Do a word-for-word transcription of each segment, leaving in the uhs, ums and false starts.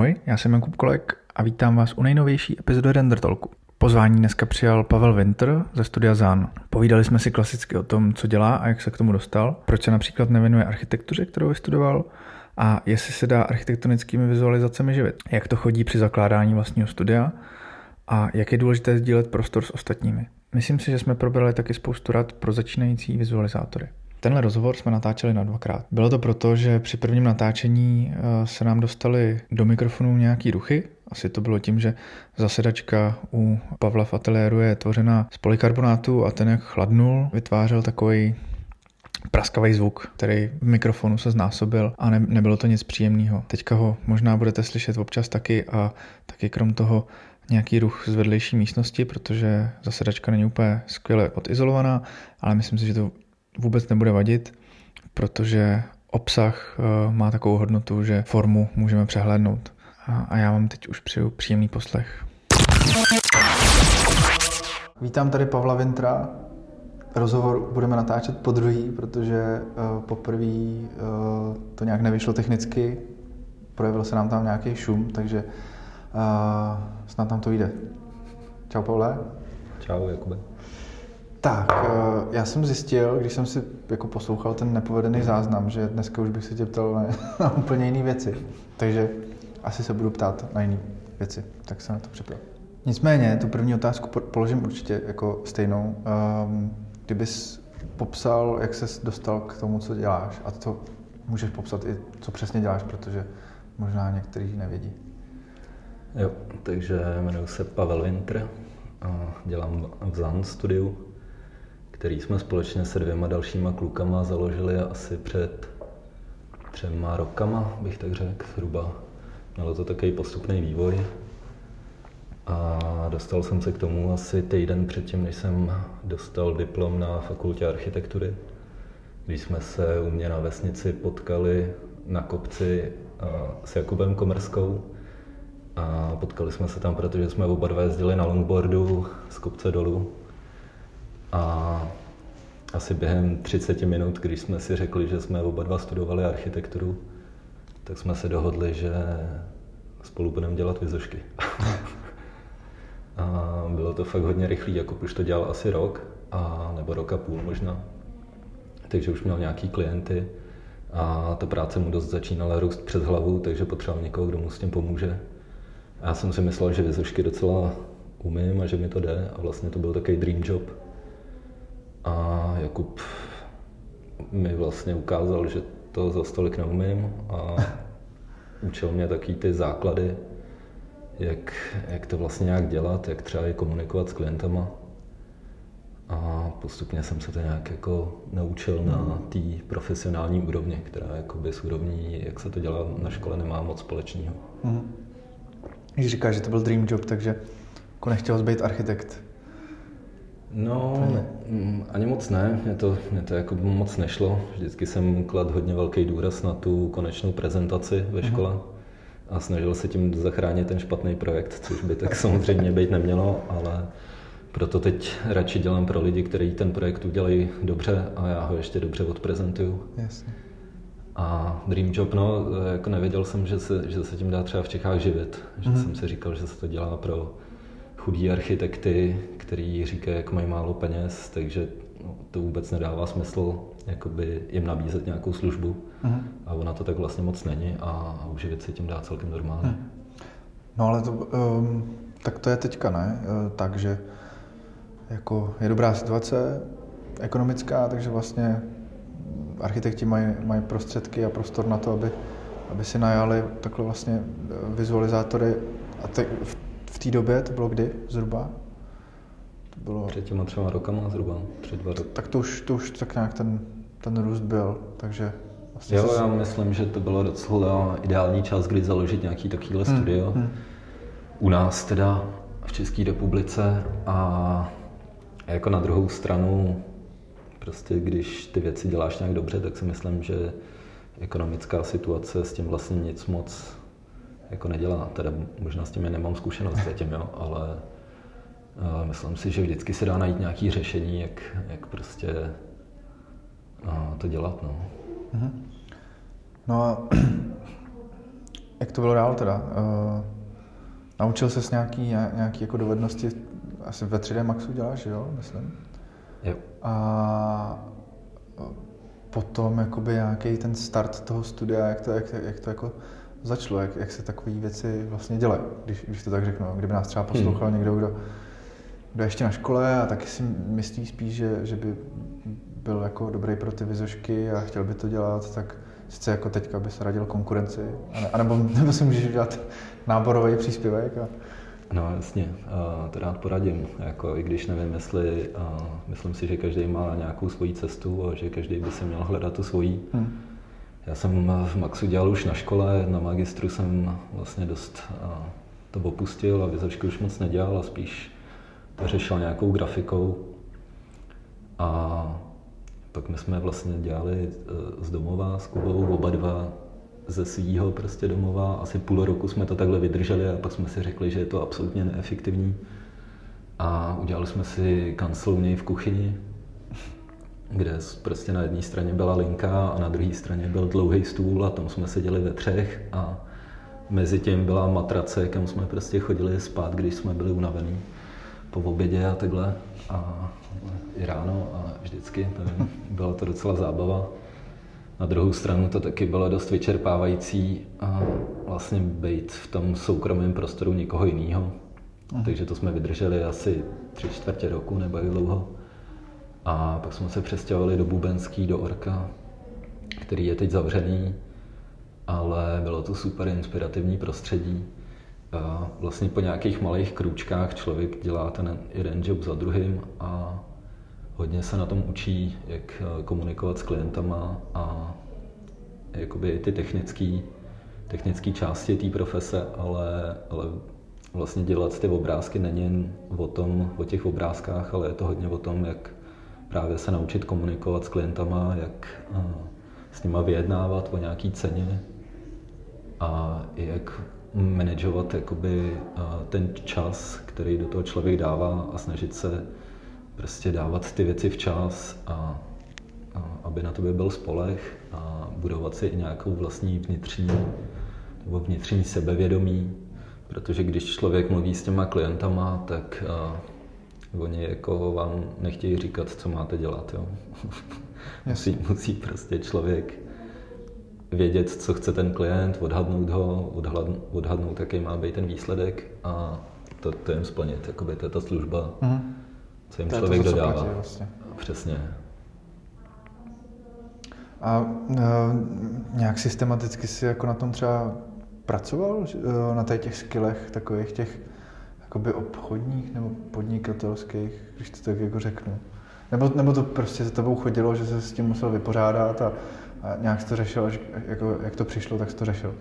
Ahoj, já jsem Jakub Kolek a vítám vás u nejnovější epizody Render Talku. Pozvání dneska přijal Pavel Winter ze studia Zán. Povídali jsme si klasicky o tom, co dělá a jak se k tomu dostal, proč se například nevěnuje architektuře, kterou vystudoval, a jestli se dá architektonickými vizualizacemi živit, jak to chodí při zakládání vlastního studia a jak je důležité sdílet prostor s ostatními. Myslím si, že jsme probrali taky spoustu rad pro začínající vizualizátory. Tenhle rozhovor jsme natáčeli na dvakrát. Bylo to proto, že při prvním natáčení se nám dostaly do mikrofonu nějaký ruchy. Asi to bylo tím, že zasedačka u Pavla v ateliéru je tvořena z polykarbonátu a ten, jak chladnul, vytvářel takový praskavý zvuk, který v mikrofonu se znásobil a ne, nebylo to nic příjemného. Teďka ho možná budete slyšet občas taky a taky krom toho nějaký ruch z vedlejší místnosti, protože zasedačka není úplně skvěle odizolovaná, ale myslím si, že to vůbec nebude vadit, protože obsah má takovou hodnotu, že formu můžeme přehlédnout. A, a já vám teď už přeju příjemný poslech. Vítám tady Pavla Wintera. Rozhovor budeme natáčet po druhý, protože uh, poprvé uh, to nějak nevyšlo technicky. Projevil se nám tam nějaký šum, takže uh, snad nám to jde. Čau, Pavle. Čau, Jakube. Tak, uh, já jsem zjistil, když jsem si jako poslouchal ten nepovedený záznam, že dneska už bych se tě ptal na, na úplně jiné věci. Takže asi se budu ptát na jiné věci, tak se na to připrav. Nicméně, tu první otázku položím určitě jako stejnou. Um, kdybys popsal, jak ses dostal k tomu, co děláš, a to můžeš popsat i, co přesně děláš, protože možná někteří nevědí. Jo, takže jmenuji se Pavel Winter a dělám v Zán studiu, který jsme společně se dvěma dalšíma klukama založili asi před třema rokama, bych tak řekl, zhruba. Mělo to takový postupný vývoj a dostal jsem se k tomu asi týden předtím, než jsem dostal diplom na fakultě architektury, když jsme se u mě na vesnici potkali na kopci s Jakubem Komrskou a potkali jsme se tam, protože jsme oba dva jezdili na longboardu z kopce dolů. A asi během třiceti minut, když jsme si řekli, že jsme oba dva studovali architekturu, tak jsme se dohodli, že spolu budeme dělat vizošky. A bylo to fakt hodně rychlý, jako už to dělal asi rok, a, nebo rok a půl možná. Takže už měl nějaký klienty a ta práce mu dost začínala růst přes hlavu, takže potřeboval někoho, kdo mu s tím pomůže. A já jsem si myslel, že vizošky docela umím a že mi to jde, a vlastně to byl takový dream job. A Jakub mi vlastně ukázal, že to za stolik neumím, a učil mě taky ty základy, jak, jak to vlastně nějak dělat, jak třeba i komunikovat s klientama. A postupně jsem se to nějak jako naučil mm. na té profesionální úrovni, která jakoby s úrovní, jak se to dělá na škole, nemá moc společného. Mm. Když říkáš, že to byl dream job, takže jako nechtěl jsi být architekt? No, m, ani moc ne, mě to, mě to jako moc nešlo. Vždycky jsem kladl hodně velký důraz na tu konečnou prezentaci ve škole mm. a snažil se tím zachránit ten špatný projekt, což by tak samozřejmě být nemělo, ale proto teď radši dělám pro lidi, kteří ten projekt udělají dobře a já ho ještě dobře odprezentuju. Jasně. A dream job, no, jako nevěděl jsem, že se, že se tím dá třeba v Čechách živit. Že mm. jsem si říkal, že se to dělá pro chudí architekty, který říkají, jak mají málo peněz, takže no, to vůbec nedává smysl jakoby jim nabízet nějakou službu. Mm. A ona to tak vlastně moc není, a, a uživit se tím dá celkem normálně. Mm. No ale to, um, tak to je teďka, ne? Takže jako je dobrá situace ekonomická, takže vlastně architekti mají, mají prostředky a prostor na to, aby, aby si najali takhle vlastně vizualizátory. A te, v, v té době to bylo kdy zhruba? To bylo... Před těma třema rokama zhruba, před dva roky. Tak to už, to už tak nějak ten, ten růst byl, takže... Vlastně jo, se... já myslím, že to bylo docela ideální čas, kdy založit nějaký takovýhle hmm, studio. Hmm. U nás teda v České republice, a jako na druhou stranu, prostě když ty věci děláš nějak dobře, tak si myslím, že ekonomická situace s tím vlastně nic moc jako nedělá. Teda možná s tím nemám zkušenost zatím, jo, ale uh, myslím si, že vždycky se dá najít nějaké řešení, jak, jak prostě uh, to dělat. No. Mm-hmm. No a jak to bylo dál teda? Uh, naučil ses nějaký, nějaký jako dovednosti, asi ve tři dé Maxu děláš, jo, myslím? Jo. A potom jakoby nějaký ten start toho studia, jak to, jak, jak to jako začalo, jak, jak se takové věci vlastně dělají, když, když to tak řeknu. Kdyby nás třeba poslouchal hmm. někdo, kdo, kdo ještě na škole a taky si myslí spíš, že, že by byl jako dobrý pro ty vizošky a chtěl by to dělat, tak sice jako teďka by se radil konkurenci, anebo, nebo si můžeš udělat náborový příspěvek. A... No jasně, uh, to rád poradím, jako, i když nevím, jestli, uh, myslím si, že každý má nějakou svoji cestu a že každý by si měl hledat tu svoji. Hmm. Já jsem v Maxu dělal už na škole, na magistru jsem vlastně dost uh, to opustil a vizočky už moc nedělal a spíš to řešil nějakou grafikou. A pak my jsme vlastně dělali uh, z domova s Kubou oba dva ze svýho prostě domova. Asi půl roku jsme to takhle vydrželi a pak jsme si řekli, že je to absolutně neefektivní. A udělali jsme si kancel u něj v kuchyni, kde prostě na jedné straně byla linka a na druhé straně byl dlouhý stůl a tam jsme seděli ve třech a mezi tím byla matrace, kam jsme prostě chodili spát, když jsme byli unavení po obědě a takhle. A i ráno a vždycky, nevím, byla to docela zábava. Na druhou stranu to taky bylo dost vyčerpávající a vlastně být v tom soukromém prostoru někoho jiného. Mm. Takže to jsme vydrželi asi tři čtvrtě roku nebo jak dlouho. A pak jsme se přestěhovali do Bubenský, do Orka, který je teď zavřený, ale bylo to super inspirativní prostředí. A vlastně po nějakých malých krůčkách člověk dělá ten jeden job za druhým a hodně se na tom učí, jak komunikovat s klientama a jakoby ty technické technické části té profese, ale, ale vlastně dělat ty obrázky není jen o tom, o těch obrázkách, ale je to hodně o tom, jak právě se naučit komunikovat s klientama, jak s nima vyjednávat o nějaký ceně a jak manažovat jakoby ten čas, který do toho člověk dává a snažit se prostě dávat ty věci včas a, a aby na tobě byl spoleh a budovat si i nějakou vlastní vnitřní nebo vnitřní sebevědomí, protože když člověk mluví s těma klientama, tak a, oni jako vám nechtějí říkat, co máte dělat. Jo? musí, musí prostě člověk vědět, co chce ten klient, odhadnout ho, odhadnout, odhadnout jaký má být ten výsledek a to, to jim splnit. Jakoby to je ta služba, mm-hmm. co jim to člověk to, co dodává. Platí, vlastně. Přesně. A uh, nějak systematicky si jako na tom třeba pracoval? Uh, na těch skillech takových těch jakoby obchodních nebo podnikatelských, když to tak jako řeknu? Nebo, nebo to prostě za tebou chodilo, že se s tím musel vypořádat a, a nějak jsi to řešil, až jako, jak to přišlo, tak jsi to řešil?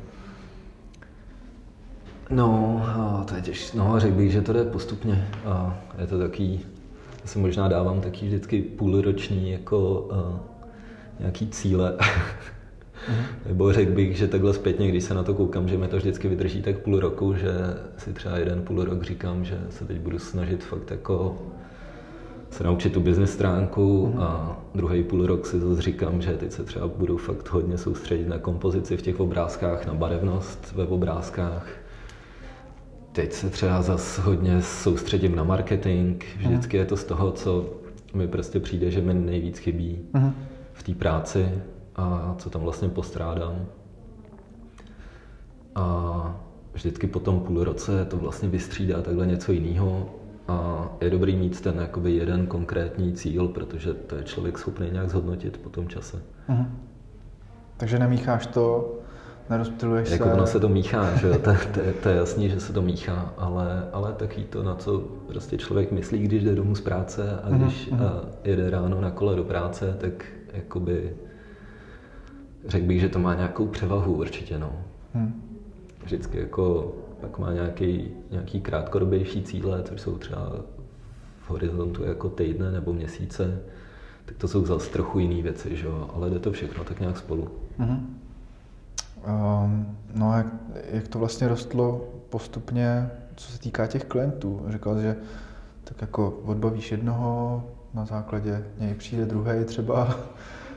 No, to je těžké. No, řekl bych, že to jde postupně. A je to takový, já si možná dávám taky vždycky půlroční jako uh, nějaký cíle. Mm-hmm. Nebo řekl bych, že takhle zpětně, když se na to koukám, že mi to vždycky vydrží tak půl roku, že si třeba jeden půl rok říkám, že se teď budu snažit fakt jako se naučit tu business stránku mm-hmm. a druhý půl rok si zase říkám, že teď se třeba budu fakt hodně soustředit na kompozici v těch obrázkách, na barevnost ve obrázkách. Teď se třeba zase hodně soustředím na marketing. Vždycky mm-hmm. je to z toho, co mi prostě přijde, že mi nejvíc chybí mm-hmm. v té práci a co tam vlastně postrádám. A vždycky po tom půl roce to vlastně vystřídá takhle něco jiného. A je dobrý mít ten jakoby jeden konkrétní cíl, protože to je člověk schopný nějak zhodnotit po tom čase. Mm-hmm. Takže nemícháš to, nerozptyluješ se? Jako ono se to míchá, že? to, to, to je jasný, že se to míchá, ale, ale taky to, na co prostě člověk myslí, když jde domů z práce a když mm-hmm. a jede ráno na kole do práce, tak jakoby řekl bych, že to má nějakou převahu určitě, no. Mm. Vždycky jako pak má nějaký, nějaký krátkodobější cíle, což jsou třeba v horizontu jako týdne nebo měsíce, tak to jsou zase trochu jiné věci, že jo, ale jde to všechno tak nějak spolu. Mm-hmm. Um, no a jak, jak to vlastně rostlo postupně, co se týká těch klientů? Říkal jsi, že tak jako odbavíš jednoho, na základě něj přijde druhý třeba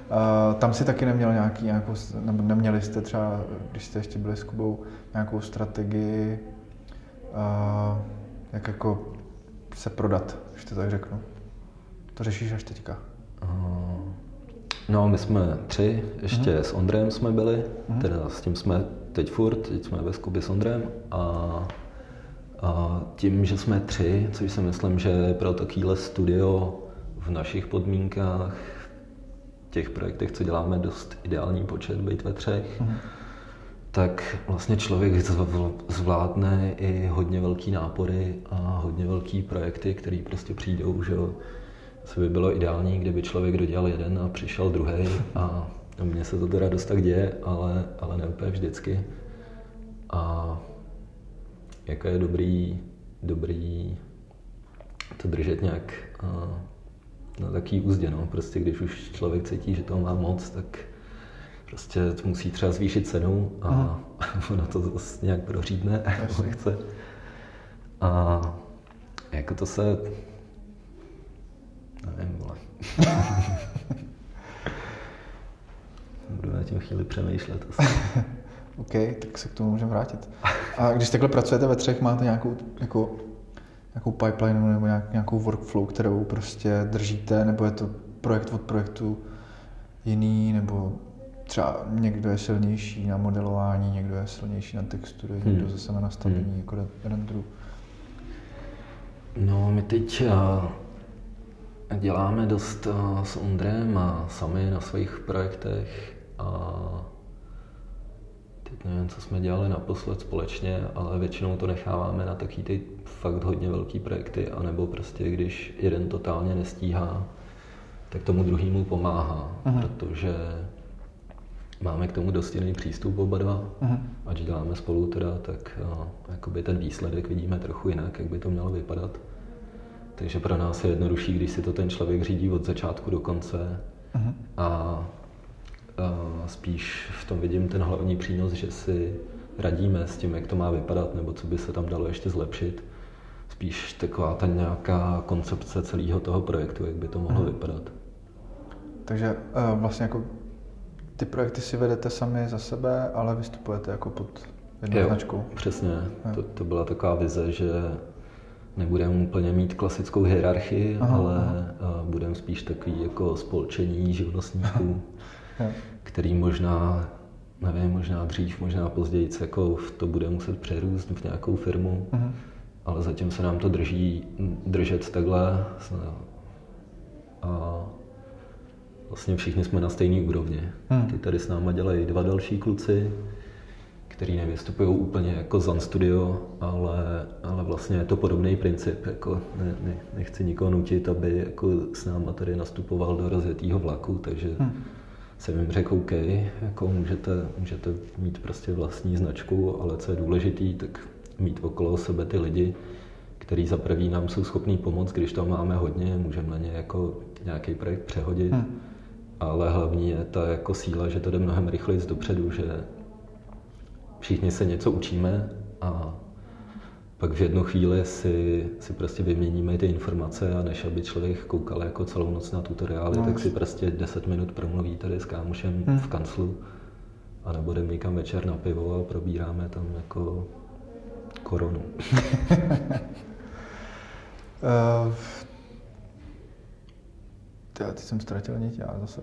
tam si taky neměl nějaký, nějakou, nebo neměli jste třeba, když jste ještě byli s Kubou, nějakou strategii, uh, jak jako se prodat, když to tak řeknu. To řešíš až teďka? Uh, no, my jsme tři, ještě uh-huh. s Ondrejem jsme byli, uh-huh. teda s tím jsme teď furt, teď jsme ve Skubi s Ondrejem a, a tím, že jsme tři, což si myslím, že pro takovýhle studio v našich podmínkách, těch projektech, co děláme, dost ideální počet, být ve třech, uh-huh. tak vlastně člověk zvládne i hodně velký nápory a hodně velký projekty, které prostě přijdou, že co by bylo ideální, kdyby člověk dodělal jeden a přišel druhý a mně se to teda dost tak děje, ale, ale ne úplně vždycky. A jako je dobrý, dobrý to držet nějak na taký úzdě, no. Prostě když už člověk cítí, že toho má moc, tak prostě musí třeba zvýšit cenu a ono to zase nějak prořídne, jak chce. A jako to se... Nevím, vole. Budu na tím chvíli přemýšlet asi. OK, tak se k tomu můžeme vrátit. A když takhle pracujete ve třech, máte nějakou, jako, nějakou pipeline nebo nějak, nějakou workflow, kterou prostě držíte, nebo je to projekt od projektu jiný, nebo třeba někdo je silnější na modelování, někdo je silnější na textury, hmm. někdo zase na nastavení hmm. jako renderu? No, my teď děláme dost s Ondrem a sami na svých projektech a teď nevím, co jsme dělali naposled společně, ale většinou to necháváme na taky ty fakt hodně velký projekty, anebo prostě když jeden totálně nestíhá, tak tomu druhému pomáhá, uh-huh. protože máme k tomu dost jiný přístup oba dva, uh-huh. ať děláme spolu teda, tak uh, jakoby ten výsledek vidíme trochu jinak, jak by to mělo vypadat. Takže pro nás je jednodušší, když si to ten člověk řídí od začátku do konce uh-huh. a, a spíš v tom vidím ten hlavní přínos, že si radíme s tím, jak to má vypadat, nebo co by se tam dalo ještě zlepšit. Spíš taková ta nějaká koncepce celého toho projektu, jak by to mohlo uh-huh. vypadat. Takže uh, vlastně jako ty projekty si vedete sami za sebe, ale vystupujete jako pod jednou jo, značkou. Přesně. To, to byla taková vize, že nebudeme úplně mít klasickou hierarchii, aha, ale aha. budeme spíš takový jako spolčení živnostníků, který možná, nevím, možná dřív, možná později jako to bude muset přerůst v nějakou firmu, aha. ale zatím se nám to drží držet takhle a vlastně všichni jsme na stejné úrovni. Hmm. Ty tady s náma dělají dva další kluci, který nevystupují úplně jako Zan Studio, ale, ale vlastně je to podobný princip. Jako ne, ne, nechci nikoho nutit, aby jako s náma tady nastupoval do rozjetého vlaku, takže hmm. jsem jim řekl, OK, jako můžete, můžete mít prostě vlastní značku, ale co je důležitý, tak mít okolo sebe ty lidi, který za prvý nám jsou schopní pomoct, když to máme hodně, můžeme na ně jako nějaký projekt přehodit. Hmm. Ale hlavní je ta jako síla, že to jde mnohem rychleji dopředu, že všichni se něco učíme a pak v jednu chvíli si, si prostě vyměníme ty informace a než aby člověk koukal jako celou noc na tutoriály, no, tak si prostě deset minut promluví tady s kámošem hmm. v kanclu a nebo jdeme někam večer na pivo a probíráme tam jako koronu. uh... Já teď jsem ztratil niť, já zase.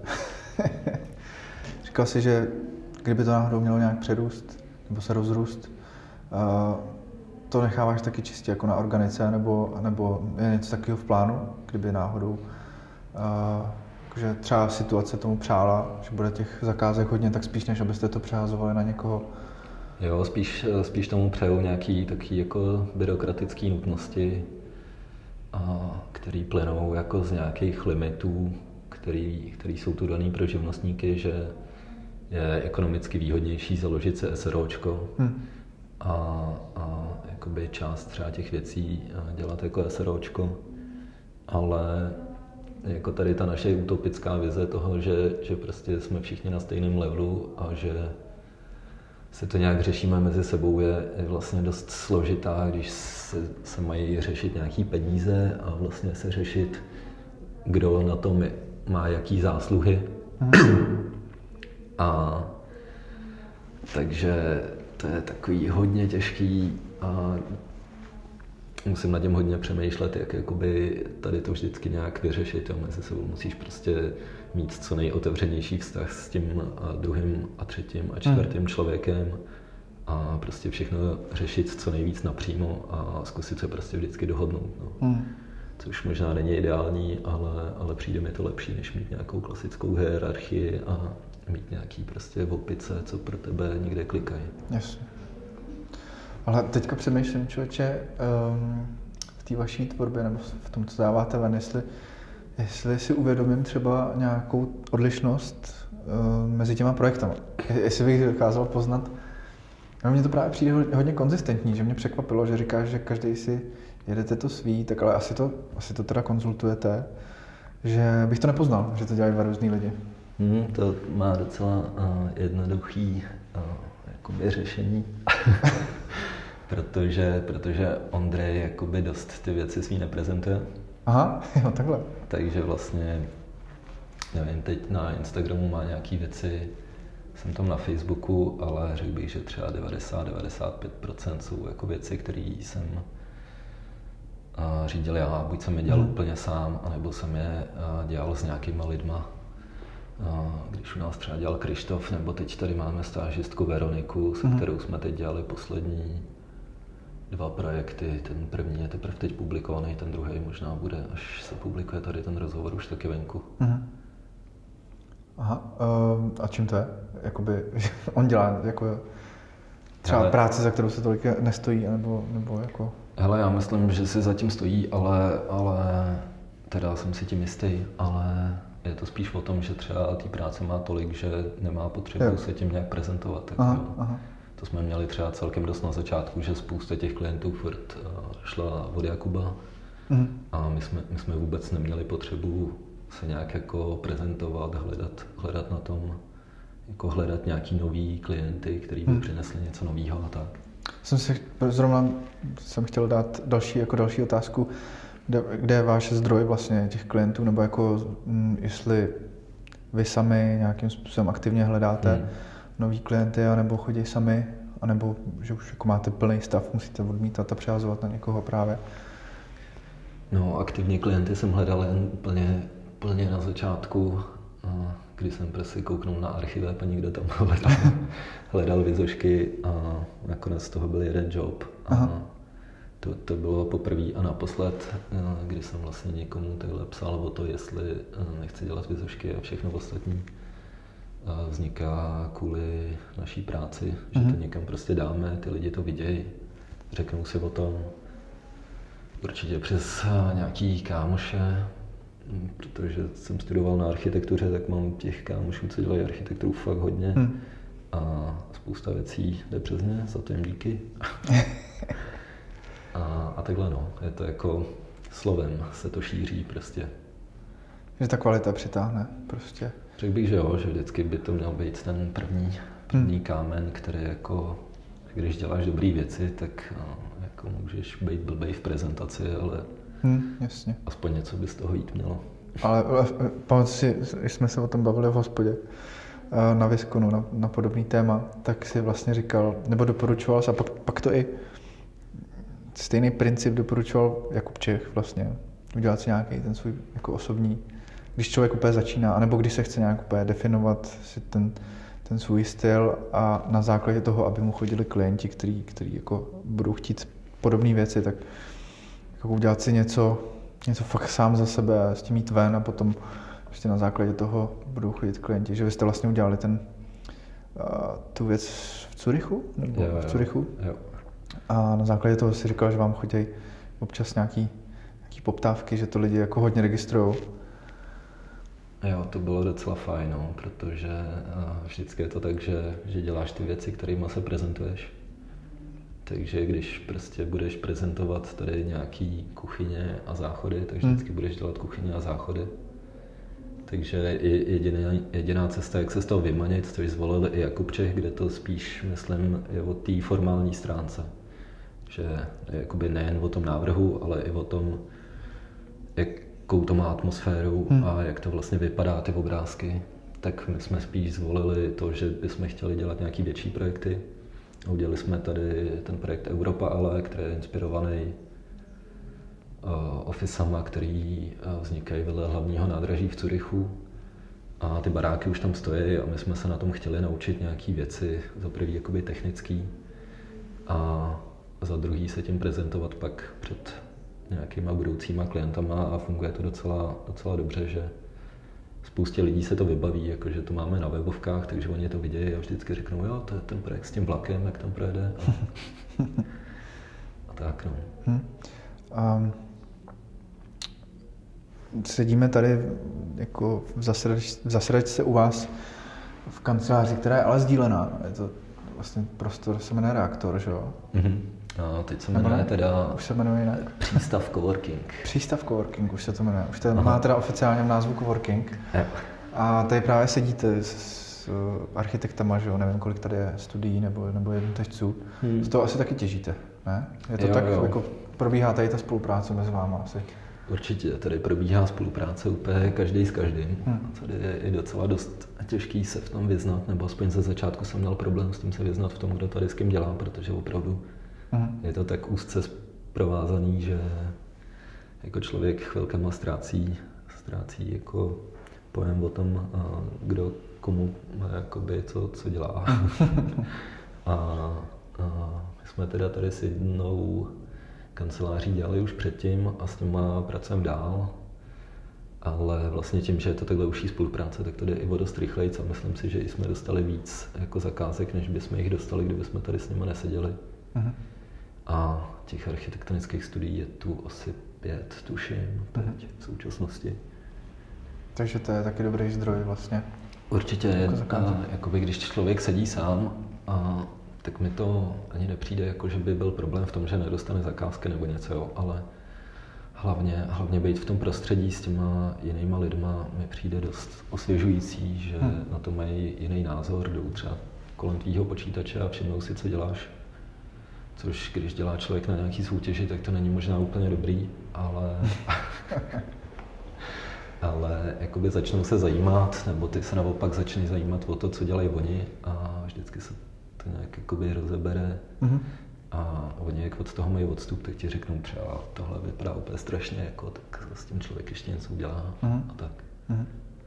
Říkal jsi, že kdyby to náhodou mělo nějak přerůst nebo se rozrůst, uh, to necháváš taky čistě jako na organice, nebo, nebo je něco takového v plánu, kdyby náhodou uh, že třeba situace tomu přála, že bude těch zakázek hodně, tak spíš než abyste to přehazovali na někoho? Jo, spíš, spíš tomu přejou nějaký taky jako byrokratický nutnosti, a který plynou jako z nějakých limitů, který, který jsou tu daný pro živnostníky, že je ekonomicky výhodnější založit si SROčko hmm. a, a jakoby část třeba těch věcí dělat jako SROčko, ale jako tady ta naše utopická vize toho, že, že prostě jsme všichni na stejném levelu a že se to nějak řešíme mezi sebou, je, je vlastně dost složitá, když se, se mají řešit nějaký peníze a vlastně se řešit, kdo na tom má jaký zásluhy A takže to je takový hodně těžký a musím nad tím hodně přemýšlet, jak jakoby tady to vždycky nějak vyřešit. Jo. Mezi sebou musíš prostě mít co nejotevřenější vztah s tím a druhým a třetím a čtvrtým mm. člověkem a prostě všechno řešit co nejvíc napřímo a zkusit se prostě vždycky dohodnout. No. Mm. Což možná není ideální, ale, ale přijde mi to lepší, než mít nějakou klasickou hierarchii a mít nějaký prostě opice, co pro tebe někde klikají. Jasně. Ale teďka přemýšlím, člověče, um, v té vaší tvorbě nebo v tom, co dáváte ven, jestli, jestli si uvědomím třeba nějakou odlišnost um, mezi těma projektama. Jestli bych dokázal poznat. No, mně to právě přijde hodně konzistentní, že mě překvapilo, že říkáš, že každý si jedete to svý, tak ale asi to, asi to teda konzultujete, že bych to nepoznal, že to dělají dva různý lidi. Hmm, to má docela uh, jednoduchý uh, jakoby řešení, protože, protože Ondrej jakoby dost ty věci svý neprezentuje. Aha, jo, takhle. Takže vlastně, nevím, teď na Instagramu má nějaký věci, jsem tam na Facebooku, ale řekl bych, že třeba devadesát až devadesát pět procent jsou jako věci, které jsem uh, řídil já, buď jsem je dělal hmm. úplně sám, anebo jsem je uh, dělal s nějakýma lidma. Když u nás třeba dělal Krištof, nebo teď tady máme stážistku Veroniku, se mm. kterou jsme teď dělali poslední dva projekty. Ten první je teprve teď publikovaný, ten druhý možná bude, až se publikuje tady ten rozhovor, už taky venku. Mm. Aha, um, a čím to je? Jakoby, on dělá jako třeba hele, práci, za kterou se tolik nestojí, nebo, nebo jako... Hele, já myslím, že si zatím stojí, ale, ale teda jsem si tím jistý, ale je to spíš o tom, že třeba té práce má tolik, že nemá potřebu jo. se tím nějak prezentovat. Tak aha, aha. To jsme měli třeba celkem dost na začátku, že spousta těch klientů furt šla od Jakuba mhm. a my jsme, my jsme vůbec neměli potřebu se nějak jako prezentovat, hledat, hledat na tom, jako hledat nějaký nový klienty, který by mhm. přinesli něco nového a tak. Jsem si, zrovna jsem chtěl dát další, jako další otázku. Kde, kde je váš zdroj vlastně těch klientů, nebo jako m, jestli vy sami nějakým způsobem aktivně hledáte hmm. nový klienty, anebo chodí sami, anebo že už jako máte plný stav, musíte odmítat a přehazovat na někoho právě? No, aktivní klienty jsem hledal jen úplně, úplně na začátku, kdy jsem prostě kouknul na archiv a nikdo tam hledal, hledal vizošky a nakonec z toho byl jeden job. A To, to bylo poprvé a naposled, kdy jsem vlastně někomu takhle psal o to, jestli nechci dělat vizošky a všechno ostatní vzniká kvůli naší práci, mm-hmm. že to někam prostě dáme, ty lidi to vidějí, řeknou si o tom, určitě přes nějaký kámoše, protože jsem studoval na architektuře, tak mám těch kámošů, co dělají architekturu fakt hodně mm. a spousta věcí jde přes ně, za to jim díky. A, a takhle no, je to jako slovem se to šíří prostě. Že ta kvalita přitáhne prostě. Řekl bych, že jo, že vždycky by to měl být ten první, první hmm. kámen, který jako, když děláš dobré věci, tak no, jako můžeš být blbej v prezentaci, ale hmm, jasně. aspoň něco by z toho jít mělo. Ale pamatuji si, když jsme se o tom bavili v hospodě, na Viskonu, na, na podobný téma, tak si vlastně říkal, nebo doporučoval a pak, pak to i stejný princip doporučoval Jakub Čech vlastně, udělat si nějaký ten svůj jako osobní, když člověk úplně začíná, anebo když se chce nějak úplně definovat si ten, ten svůj styl a na základě toho, aby mu chodili klienti, který, který jako budou chtít podobné věci, tak jako udělat si něco, něco fakt sám za sebe a s tím jít ven a potom ještě na základě toho budou chodit klienti, že vy jste vlastně udělali ten, uh, tu věc v Curychu, nebo jo, v Curychu? Jo, jo. A na základě toho si říkal, že vám chodí občas nějaký, nějaký poptávky, že to lidi jako hodně registrujou. Jo, to bylo docela fajn, no, protože vždycky je to tak, že, že děláš ty věci, kterými se prezentuješ. Takže když prostě budeš prezentovat tady nějaký kuchyně a záchody, tak vždycky hmm. budeš dělat kuchyně a záchody. Takže jediná, jediná cesta, jak se z toho vymanit, což zvolil i Jakub Čech, kde to spíš, myslím, je o té formální stránce. Že je jakoby nejen o tom návrhu, ale i o tom, jakou to má atmosféru hmm. a jak to vlastně vypadá, ty obrázky. tak my jsme spíš zvolili to, že bychom chtěli dělat nějaké větší projekty. Udělali jsme tady ten projekt Europa Ale, který je inspirovaný uh, ofisama, který uh, vznikají vedle hlavního nádraží v Curychu. A ty baráky už tam stojí a my jsme se na tom chtěli naučit nějaké věci, za prvý jakoby technický a za druhý se tím prezentovat pak před nějakýma budoucíma klientama a funguje to docela, docela dobře, že spoustě lidí se to vybaví, jakože to máme na webovkách, takže oni to vidějí a vždycky řeknou, jo, to je ten projekt s tím vlakem, jak tam projede. A, a tak, no. Hmm. Um, sedíme tady jako v, zasedač, v zasedačce u vás v kanceláři, která je ale sdílená. Je to vlastně prostor, se jmenuje Reaktor, že jo? Mm-hmm. A teď se jmenuje teda už se jmenuje jinak. Přístav Coworking. Přístav Coworking, už se to jmenuje. Už to má teda oficiálně v názvu Coworking. Jo. A tady právě sedíte s, s architektama, že jo? Nevím, kolik tady je studií nebo, nebo jednotlivců. Hmm. Z toho asi taky těžíte, ne? Je to jo, tak, jo. jako probíhá tady ta spolupráce mezi váma asi? Určitě, tady probíhá spolupráce úplně každý s každým. Hmm. Tady je i docela dost těžký se v tom vyznat, nebo aspoň ze začátku jsem měl problém s tím se vyznat v tom, kdo tady s kým dělá, protože opravdu hmm. je to tak úzce provázaný, že jako člověk chvilkama ztrácí, ztrácí jako pojem o tom, kdo komu jakoby co, co dělá. a, a my jsme teda tady s jednou kanceláří dělali už předtím a s těma pracujeme dál, ale vlastně tím, že je to takhle užší spolupráce, tak to jde i o dost rychlejc a myslím si, že jsme dostali víc jako zakázek, než bychom jich dostali, kdyby jsme tady s nimi neseděli. Uh-huh. A těch architektonických studií je tu asi pět, tuším, teď uh-huh. v současnosti. Takže to je taky dobrý zdroj vlastně. Určitě, jako a, jakoby, když člověk sedí sám, a, tak mi to ani nepřijde, jako že by byl problém v tom, že nedostane zakázky nebo něco, jo, ale hlavně, hlavně být v tom prostředí s těma jinýma lidma mi přijde dost osvěžující, že hmm. na to mají jiný názor, jdou třeba kolem tvýho počítače a všimnou si, co děláš. Což když dělá člověk na nějaký soutěži, tak to není možná úplně dobrý, ale... ale jakoby začnou se zajímat, nebo ty se naopak začneš zajímat o to, co dělají oni a vždycky se to nějak jakoby rozebere mm-hmm. a oni jak od toho mají odstup, tak ti řeknou třeba tohle vypadá úplně strašně, jako, tak s tím člověk ještě něco udělá mm-hmm. a tak. Mm-hmm.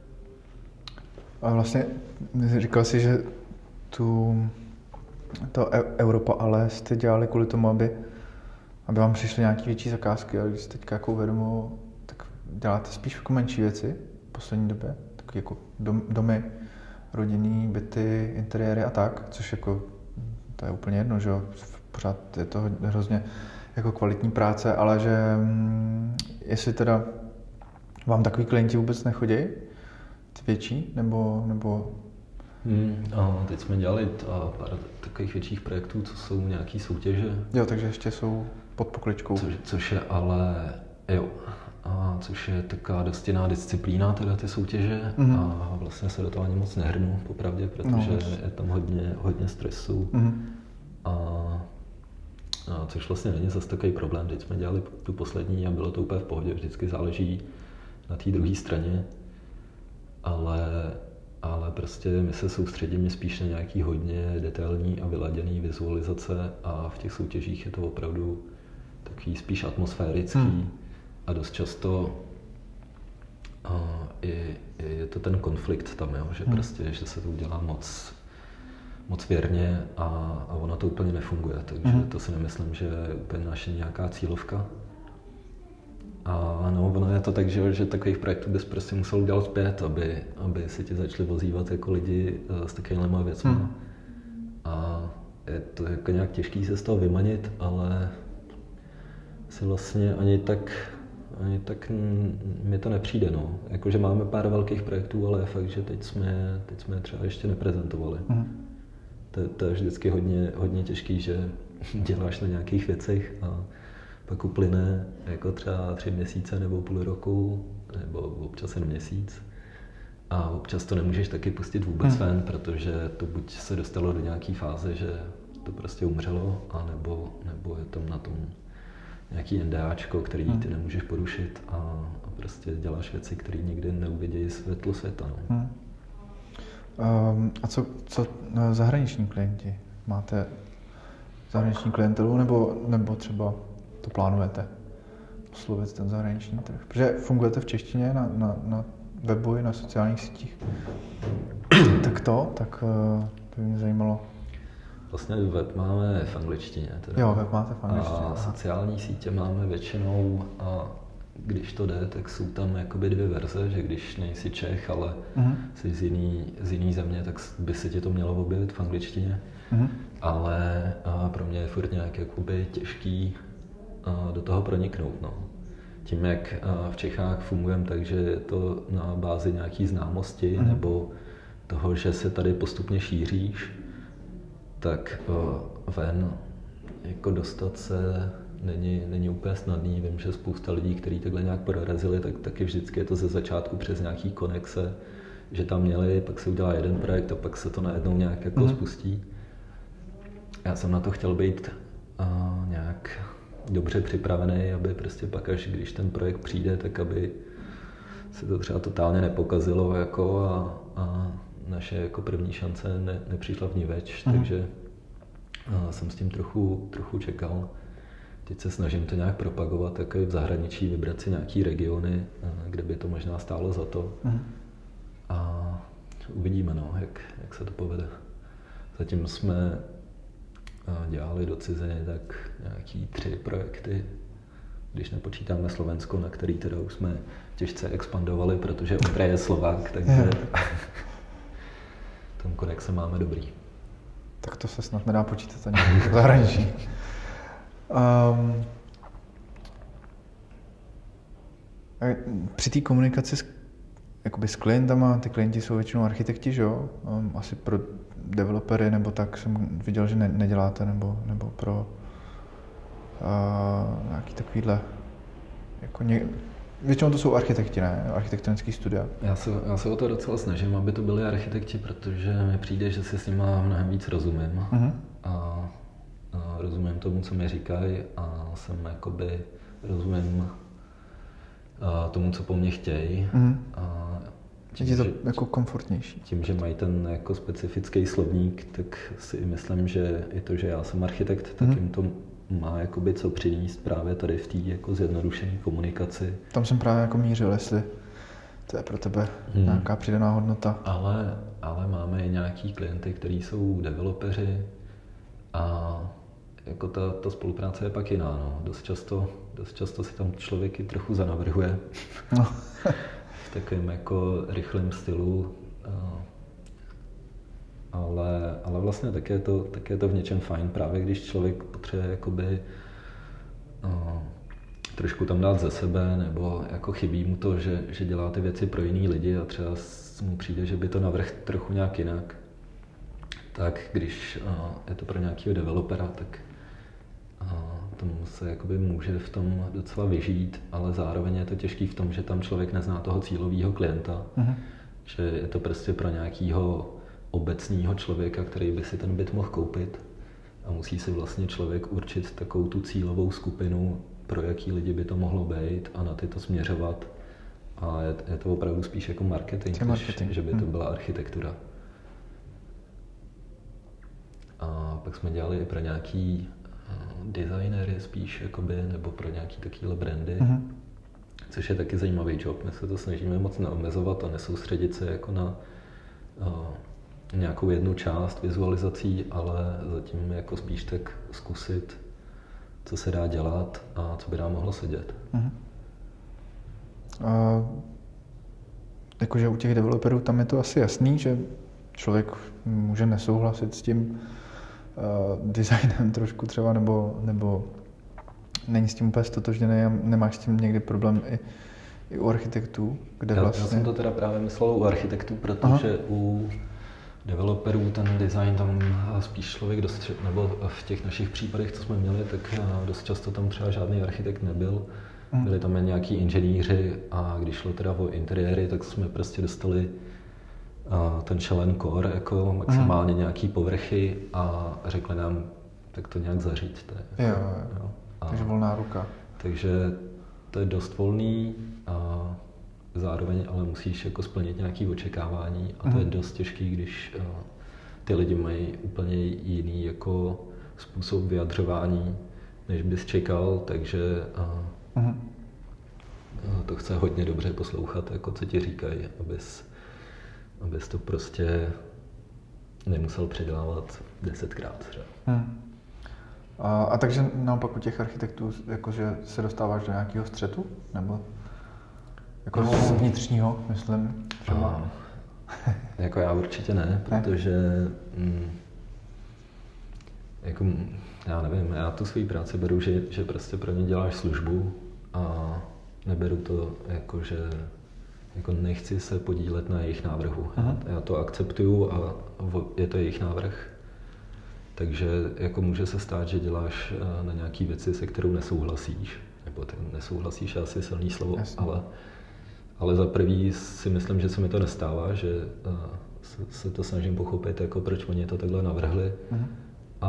A vlastně říkal jsi, že tu to Europa Ale jste dělali kvůli tomu, aby, aby vám přišly nějaké větší zakázky, ale když si teďka jako uvědomuji, tak děláte spíš jako menší věci v poslední době, tak jako dom, domy, rodinný, byty, interiéry a tak, což jako, to je úplně jedno, že jo, pořád je to hrozně jako kvalitní práce, ale že hm, jestli teda vám takový klienti vůbec nechodí, ty větší, nebo, nebo... Hmm, a teď jsme dělali a pár takových větších projektů, co jsou nějaký soutěže. Jo, takže ještě jsou pod pokličkou. Což, což je ale, jo, a což je taková dost jiná disciplína, teda ty soutěže mm-hmm. a vlastně se do toho ani moc nehrnu, popravdě, protože no, je tam hodně, hodně stresu mm-hmm. a, a což vlastně není zase takový problém, teď jsme dělali tu poslední a bylo to úplně v pohodě, vždycky záleží na té druhé straně, ale ale prostě my se soustředíme spíš na nějaký hodně detailní a vyladěný vizualizace a v těch soutěžích je to opravdu takový spíš atmosférický hmm. a dost často a i, i je to ten konflikt tam, jo, že hmm. prostě, že se to udělá moc, moc věrně a, a ono to úplně nefunguje, takže hmm. to si nemyslím, že je úplně naše nějaká cílovka. A no, ono je to tak, že, že takových projektů bys prostě musel udělat pět, aby, aby si ti začali ozývat jako lidi s takovýhlema věcmi. Hmm. A je to jako nějak těžký se z toho vymanit, ale si vlastně ani tak, ani tak mi to nepřijde. No. Jakože máme pár velkých projektů, ale je fakt, že teď jsme, teď jsme třeba ještě neprezentovali. Hmm. To, to je vždycky hodně, hodně těžký, že děláš na nějakých věcech a pak uplyne jako třeba tři měsíce nebo půl roku, nebo občas jen měsíc. A občas to nemůžeš taky pustit vůbec hmm. ven, protože to buď se dostalo do nějaké fáze, že to prostě umřelo, anebo, nebo je tam na tom nějaký NDAčko, který hmm. ty nemůžeš porušit a, a prostě děláš věci, které nikdy neuvidějí světlo světa. No. Hmm. Um, a co, co zahraniční klienti? Máte zahraniční klientelu nebo, nebo třeba to plánujete oslovit ten zahraniční trh? Protože fungujete v češtině na, na, na webu i na sociálních sítích. Tak to, tak to by mě zajímalo. Vlastně web máme v angličtině. Teda. Jo, web máte v angličtině. A sociální sítě máme většinou, a když to jde, tak jsou tam jakoby dvě verze, že když nejsi Čech, ale uh-huh. jsi z jiný, z jiný země, tak by se ti to mělo objevit v angličtině. Uh-huh. Ale a pro mě je furt nějak jakoby těžký a, do toho proniknout. No. Tím, jak a, v Čechách fungujeme, takže je to na bázi nějaký známosti uh-huh. nebo toho, že se tady postupně šíříš, tak a, ven jako dostat se Není, není úplně snadný. Vím, že spousta lidí, kteří takhle nějak prorazili, tak taky vždycky je to ze začátku přes nějaký konexe, že tam měli, pak se udělá jeden projekt a pak se to najednou nějak jako mm. spustí. Já jsem na to chtěl být uh, nějak dobře připravený, aby prostě pak až když ten projekt přijde, tak aby se to třeba totálně nepokazilo jako a, a naše jako první šance ne, nepřišla v ní več, mm. takže uh, jsem s tím trochu, trochu čekal. Teď se snažím to nějak propagovat, tak i v zahraničí, vybrat si nějaký regiony, kde by to možná stálo za to. Mm. A uvidíme, no, jak, jak se to povede. Zatím jsme dělali do ciziny tak nějaký tři projekty, když nepočítáme Slovensko, na který teda už jsme těžce expandovali, protože Ondra je Slovák, takže ten konexe máme dobrý. Tak to se snad nedá počítat ani v zahraničí. Um, při té komunikaci s, jakoby s klientama, ty klienti jsou většinou architekti, že jo? Um, asi pro developery nebo tak jsem viděl, že ne, neděláte, nebo, nebo pro uh, nějaký takovýhle, jako ně, většinou to jsou architekti, ne? Architektonický studia. Já se, já se o to docela snažím, aby to byli architekti, protože mi přijde, že si s nimi mnohem víc rozumím. Uh-huh. A rozumím tomu, co mi říkají a jsem jakoby rozumím tomu, co po mně chtějí. Mm. A tím, je to že, jako komfortnější. Tím, že mají ten jako specifický slovník, tak si myslím, že i to, že já jsem architekt, tak mm. jim to má jakoby co přinést právě tady v té jako zjednodušené komunikaci. Tam jsem právě jako mířil, jestli to je pro tebe hmm. nějaká přidaná hodnota. Ale, ale máme i nějaký klienty, kteří jsou developeři a jako ta, ta spolupráce je pak jiná, no. Dost často, dost často si tam člověk i trochu zanavrhuje. No. V takovém jako rychlém stylu. Ale, ale vlastně tak je, to, tak je to v něčem fajn, právě když člověk potřebuje jakoby uh, trošku tam dát ze sebe, nebo jako chybí mu to, že, že dělá ty věci pro jiný lidi a třeba mu přijde, že by to navrhl trochu nějak jinak. Tak když uh, je to pro nějakého developera, tak uh, tomu se jakoby může v tom docela vyžít, ale zároveň je to těžký v tom, že tam člověk nezná toho cílového klienta, uh-huh. že je to prostě pro nějakého obecného člověka, který by si ten byt mohl koupit a musí si vlastně člověk určit takovou tu cílovou skupinu, pro jaký lidi by to mohlo být a na ty to směřovat. A je, je to opravdu spíš jako marketing, marketing. Než že by to byla architektura. A pak jsme dělali i pro nějaký uh, designery spíš, jakoby, nebo pro nějaký takovýhle brandy, uh-huh. což je taky zajímavý job. My se to snažíme moc neomezovat a nesoustředit se jako na uh, nějakou jednu část vizualizací, ale zatím jako spíš tak zkusit, co se dá dělat a co by nám mohlo sedět. Uh-huh. A jakože u těch developerů tam je to asi jasný, že člověk může nesouhlasit s tím uh, designem trošku třeba, nebo, nebo není s tím úplně stotožněný a nemáš s tím někdy problém i, i u architektů, kde já, vlastně... Já jsem to teda právě myslel u architektů, protože Aha. u developerů ten design tam spíš člověk dost, nebo v těch našich případech, co jsme měli, tak dost často tam třeba žádný architekt nebyl. Mm. Byli tam jen nějaký inženýři a když šlo teda o interiéry, tak jsme prostě dostali uh, ten shell and core, jako maximálně mm. nějaký povrchy a řekli nám, tak to nějak zaříďte. Jo, jo. Jo. A, takže volná ruka. Takže to je dost volný a zároveň ale musíš jako splnit nějaké očekávání a to je dost těžký, když uh, ty lidi mají úplně jiný jako způsob vyjadřování, než bys čekal, takže uh, uh-huh. to chce hodně dobře poslouchat, jako co ti říkají, abys, abys to prostě nemusel předělávat desetkrát třeba. Hmm. A, a takže naopak u těch architektů jakože se dostáváš do nějakého střetu? Nebo jako no, z vnitřního, myslím, třeba? Jako já určitě ne, protože mm, jako, já nevím, já tu svou práci beru, že, že prostě pro ně děláš službu a neberu to jako, že jako nechci se podílet na jejich návrhu. Aha. Já to akceptuju a je to jejich návrh. Takže jako může se stát, že děláš na nějaký věci, se kterou nesouhlasíš. Nebo ty nesouhlasíš je asi silný slovo, ale, ale za prvý si myslím, že se mi to nestává, že se, se to snažím pochopit, jako proč oni to takhle navrhli. Aha. A,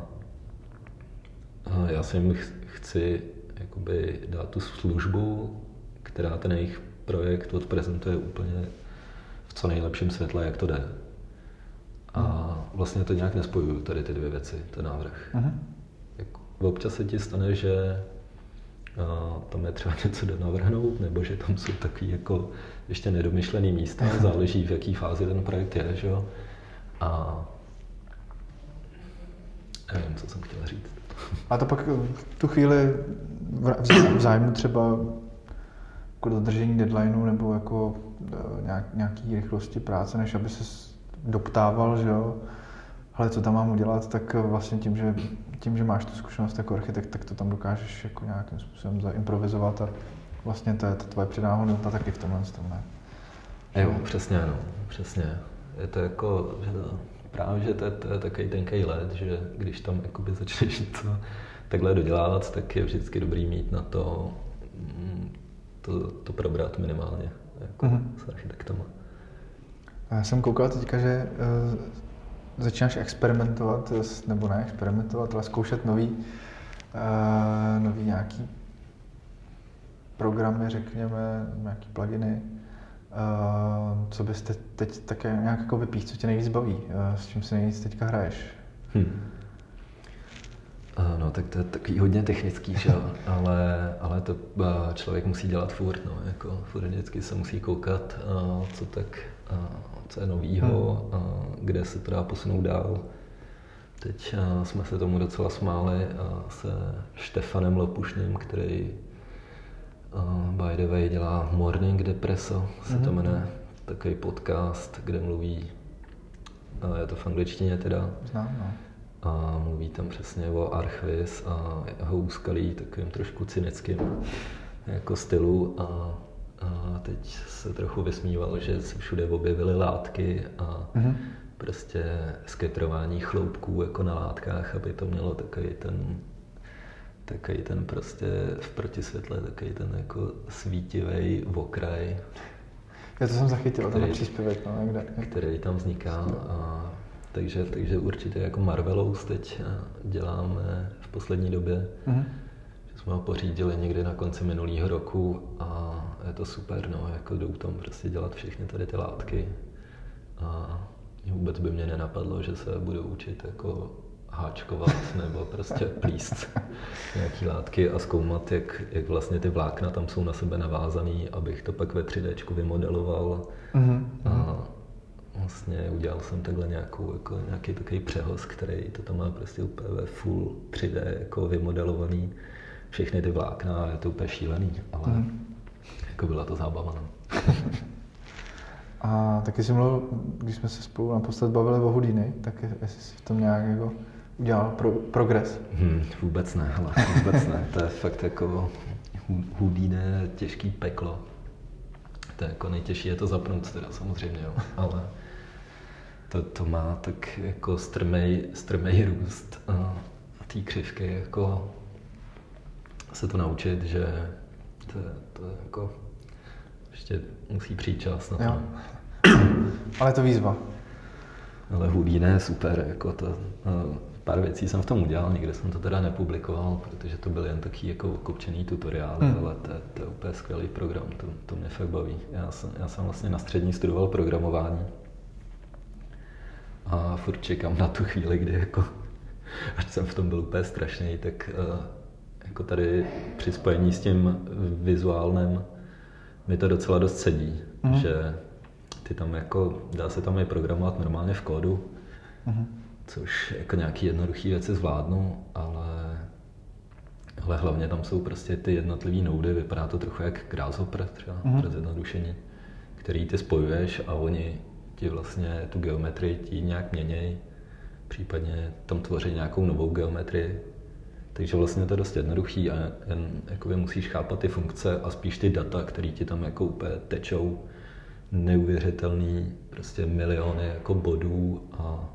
a já si jim chci jakoby dát tu službu, která ten jejich projekt odprezentuje úplně v co nejlepším světle, jak to jde. A vlastně to nějak nespojuju, tady ty dvě věci, ten návrh. Uh-huh. Jako, občas se ti stane, že a, tam je třeba něco navrhnout, nebo že tam jsou takový jako ještě nedomyšlený místa, záleží v jaký fázi ten projekt je, že jo. A nevím, co jsem chtěl říct. A to pak v tu chvíli v zájmu třeba jako dodržení deadlineu nebo jako nějak, nějaký rychlosti práce, než aby se doptával, že jo, ale co tam mám udělat, tak vlastně tím, že, tím, že máš tu zkušenost jako architekt, tak to tam dokážeš jako nějakým způsobem zaimprovizovat a vlastně to je ta tvoje přidaná hodnota taky v tomhle tom, ne? Jo, přesně, no, přesně. Je to jako, že to, právě, že to je, to je takový tenkej led, že když tam jakoby začneš něco takhle dodělávat, tak je vždycky dobrý mít na to to, to probrat minimálně jako mm-hmm. s architektama. Já jsem koukal teďka, že uh, začínáš experimentovat, nebo ne experimentovat, ale zkoušet nový, uh, nový nějaký programy, řekněme, nějaký pluginy. Uh, co bys teď, teď také nějak jako vypích, co tě nejvíc baví, uh, s čím si nejvíc teďka hraješ? Hmm. No, tak to je takový hodně technický, že? ale, ale to člověk musí dělat furt, no, jako furt vždycky se musí koukat, co tak, co je novýho, hmm. kde se to dá posunout dál. Teď jsme se tomu docela smáli se Štefanem Lopušným, který by the way dělá Morning Depresso, se to jmenuje, takový podcast, kde mluví, je to v angličtině teda, Znám, no. A mluví tam přesně o Archviz a jeho úskalí takovým trošku cynickým jako stylu a, a teď se trochu vysmíval, že se všude objevily látky a mm-hmm. prostě sketrování chloupků jako na látkách, aby to mělo takový ten takový ten prostě v protisvětle, takový ten jako svítivej okraj. Já to jsem zachytil, ten příspěvek, no, někde. Který tam vzniká a Takže, takže určitě jako Marvelous teď děláme v poslední době, mm-hmm. že jsme ho pořídili někdy na konci minulého roku a je to super, no, jako jdou tam prostě dělat všechny tady ty látky a vůbec by mě nenapadlo, že se budou učit jako háčkovat nebo prostě plíst nějaký látky a zkoumat, jak, jak vlastně ty vlákna tam jsou na sebe navázaný, abych to pak ve tři déčku vymodeloval mm-hmm. a vlastně udělal jsem takhle nějakou, jako nějaký takový přehoz, který to tam má prostě úplně ve full tři dé jako vymodelovaný, všechny ty vlákna, je to úplně šílený, ale mm. jako byla to zábava. No. A taky jsi mluvil, když jsme se spolu naposled bavili o Houdini, tak jestli jsi v tom nějak jako udělal pro, progres? Hmm, vůbec ne, ale vůbec ne, to je fakt jako Houdini je těžký peklo. To je jako nejtěžší, je to zapnout teda samozřejmě, jo, ale to, to má tak jako strmej, strmej růst a té křivky, jako se to naučit, že to, to je jako ještě musí přijít čas na to. Jo. Ale je to výzva. Ale Houdini je super, jako to, pár věcí jsem v tom udělal, nikde jsem to teda nepublikoval, protože to byly jen taky jako kopčený tutoriály, hmm. ale to, to je úplně skvělý program, to, to mě fakt baví. Já jsem, já jsem vlastně na střední studoval programování a furt čekám na tu chvíli, kdy jako, až jsem v tom byl úplně strašný, tak jako tady při spojení s tím vizuálním mi to docela dost sedí, hmm. že ty tam jako, dá se tam i programovat normálně v kódu, hmm. což jako nějaký jednoduchý věci zvládnu, ale, ale hlavně tam jsou prostě ty jednotlivý noudy, vypadá to trochu jak Grasshopper třeba mm-hmm. pro zjednodušení, který ty spojuješ a oni ti vlastně tu geometrii ti nějak měnějí, případně tam tvoří nějakou novou geometrii. Takže vlastně to je dost jednoduchý a jen jakoby musíš chápat ty funkce a spíš ty data, které ti tam jako úplně tečou, neuvěřitelný, prostě miliony jako bodů a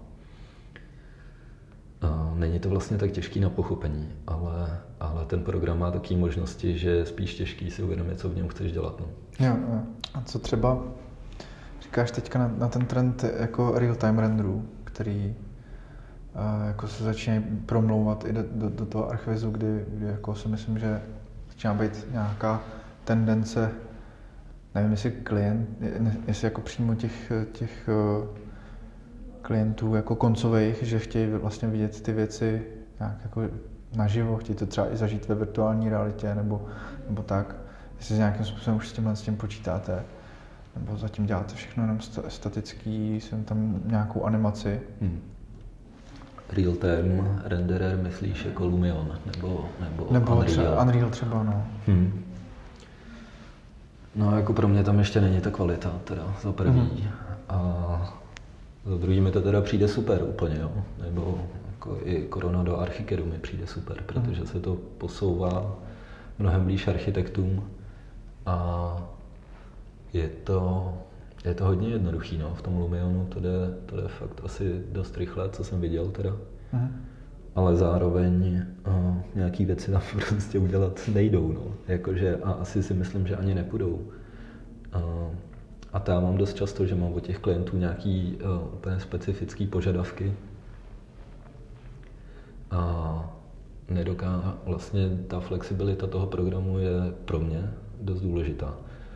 A není to vlastně tak těžký na pochopení, ale, ale ten program má takové možnosti, že je spíš těžký si uvědomit, co v něm chceš dělat. No. Jo, jo. A co třeba říkáš teďka na, na ten trend jako real-time renderů, který uh, jako se začínají promlouvat i do, do, do toho archivizu, kdy, kdy jako si myslím, že začíná být nějaká tendence, nevím, jestli klient, jestli jako přímo těch, těch uh, klientů jako koncových, že chtějí vlastně vidět ty věci nějak jako naživo, chtějí to třeba i zažít ve virtuální realitě nebo, nebo tak. Jestli s nějakým způsobem už s tímhle s tím počítáte, nebo zatím děláte všechno jenom statický, jsem tam nějakou animaci. Hmm. Real time renderer myslíš jako Lumion nebo, nebo, nebo Unreal? Třeba, Unreal třeba, no. Hmm. No jako pro mě tam ještě není ta kvalita teda za první. Hmm. A za druhý mi to teda přijde super úplně, jo. Nebo jako i Korona do Archicadu mi přijde super, protože se to posouvá mnohem blíž architektům a je to, je to hodně jednoduchý, no. V tom Lumionu to jde, to jde fakt asi dost rychle, co jsem viděl teda. Mhm. Ale zároveň uh, nějaký věci tam prostě udělat nejdou, no. Jakože, a asi si myslím, že ani nepůjdou. Uh, A to já mám dost často, že mám od těch klientů nějaký uh, úplně specifické požadavky. A nedoká, vlastně ta flexibilita toho programu je pro mě dost důležitá.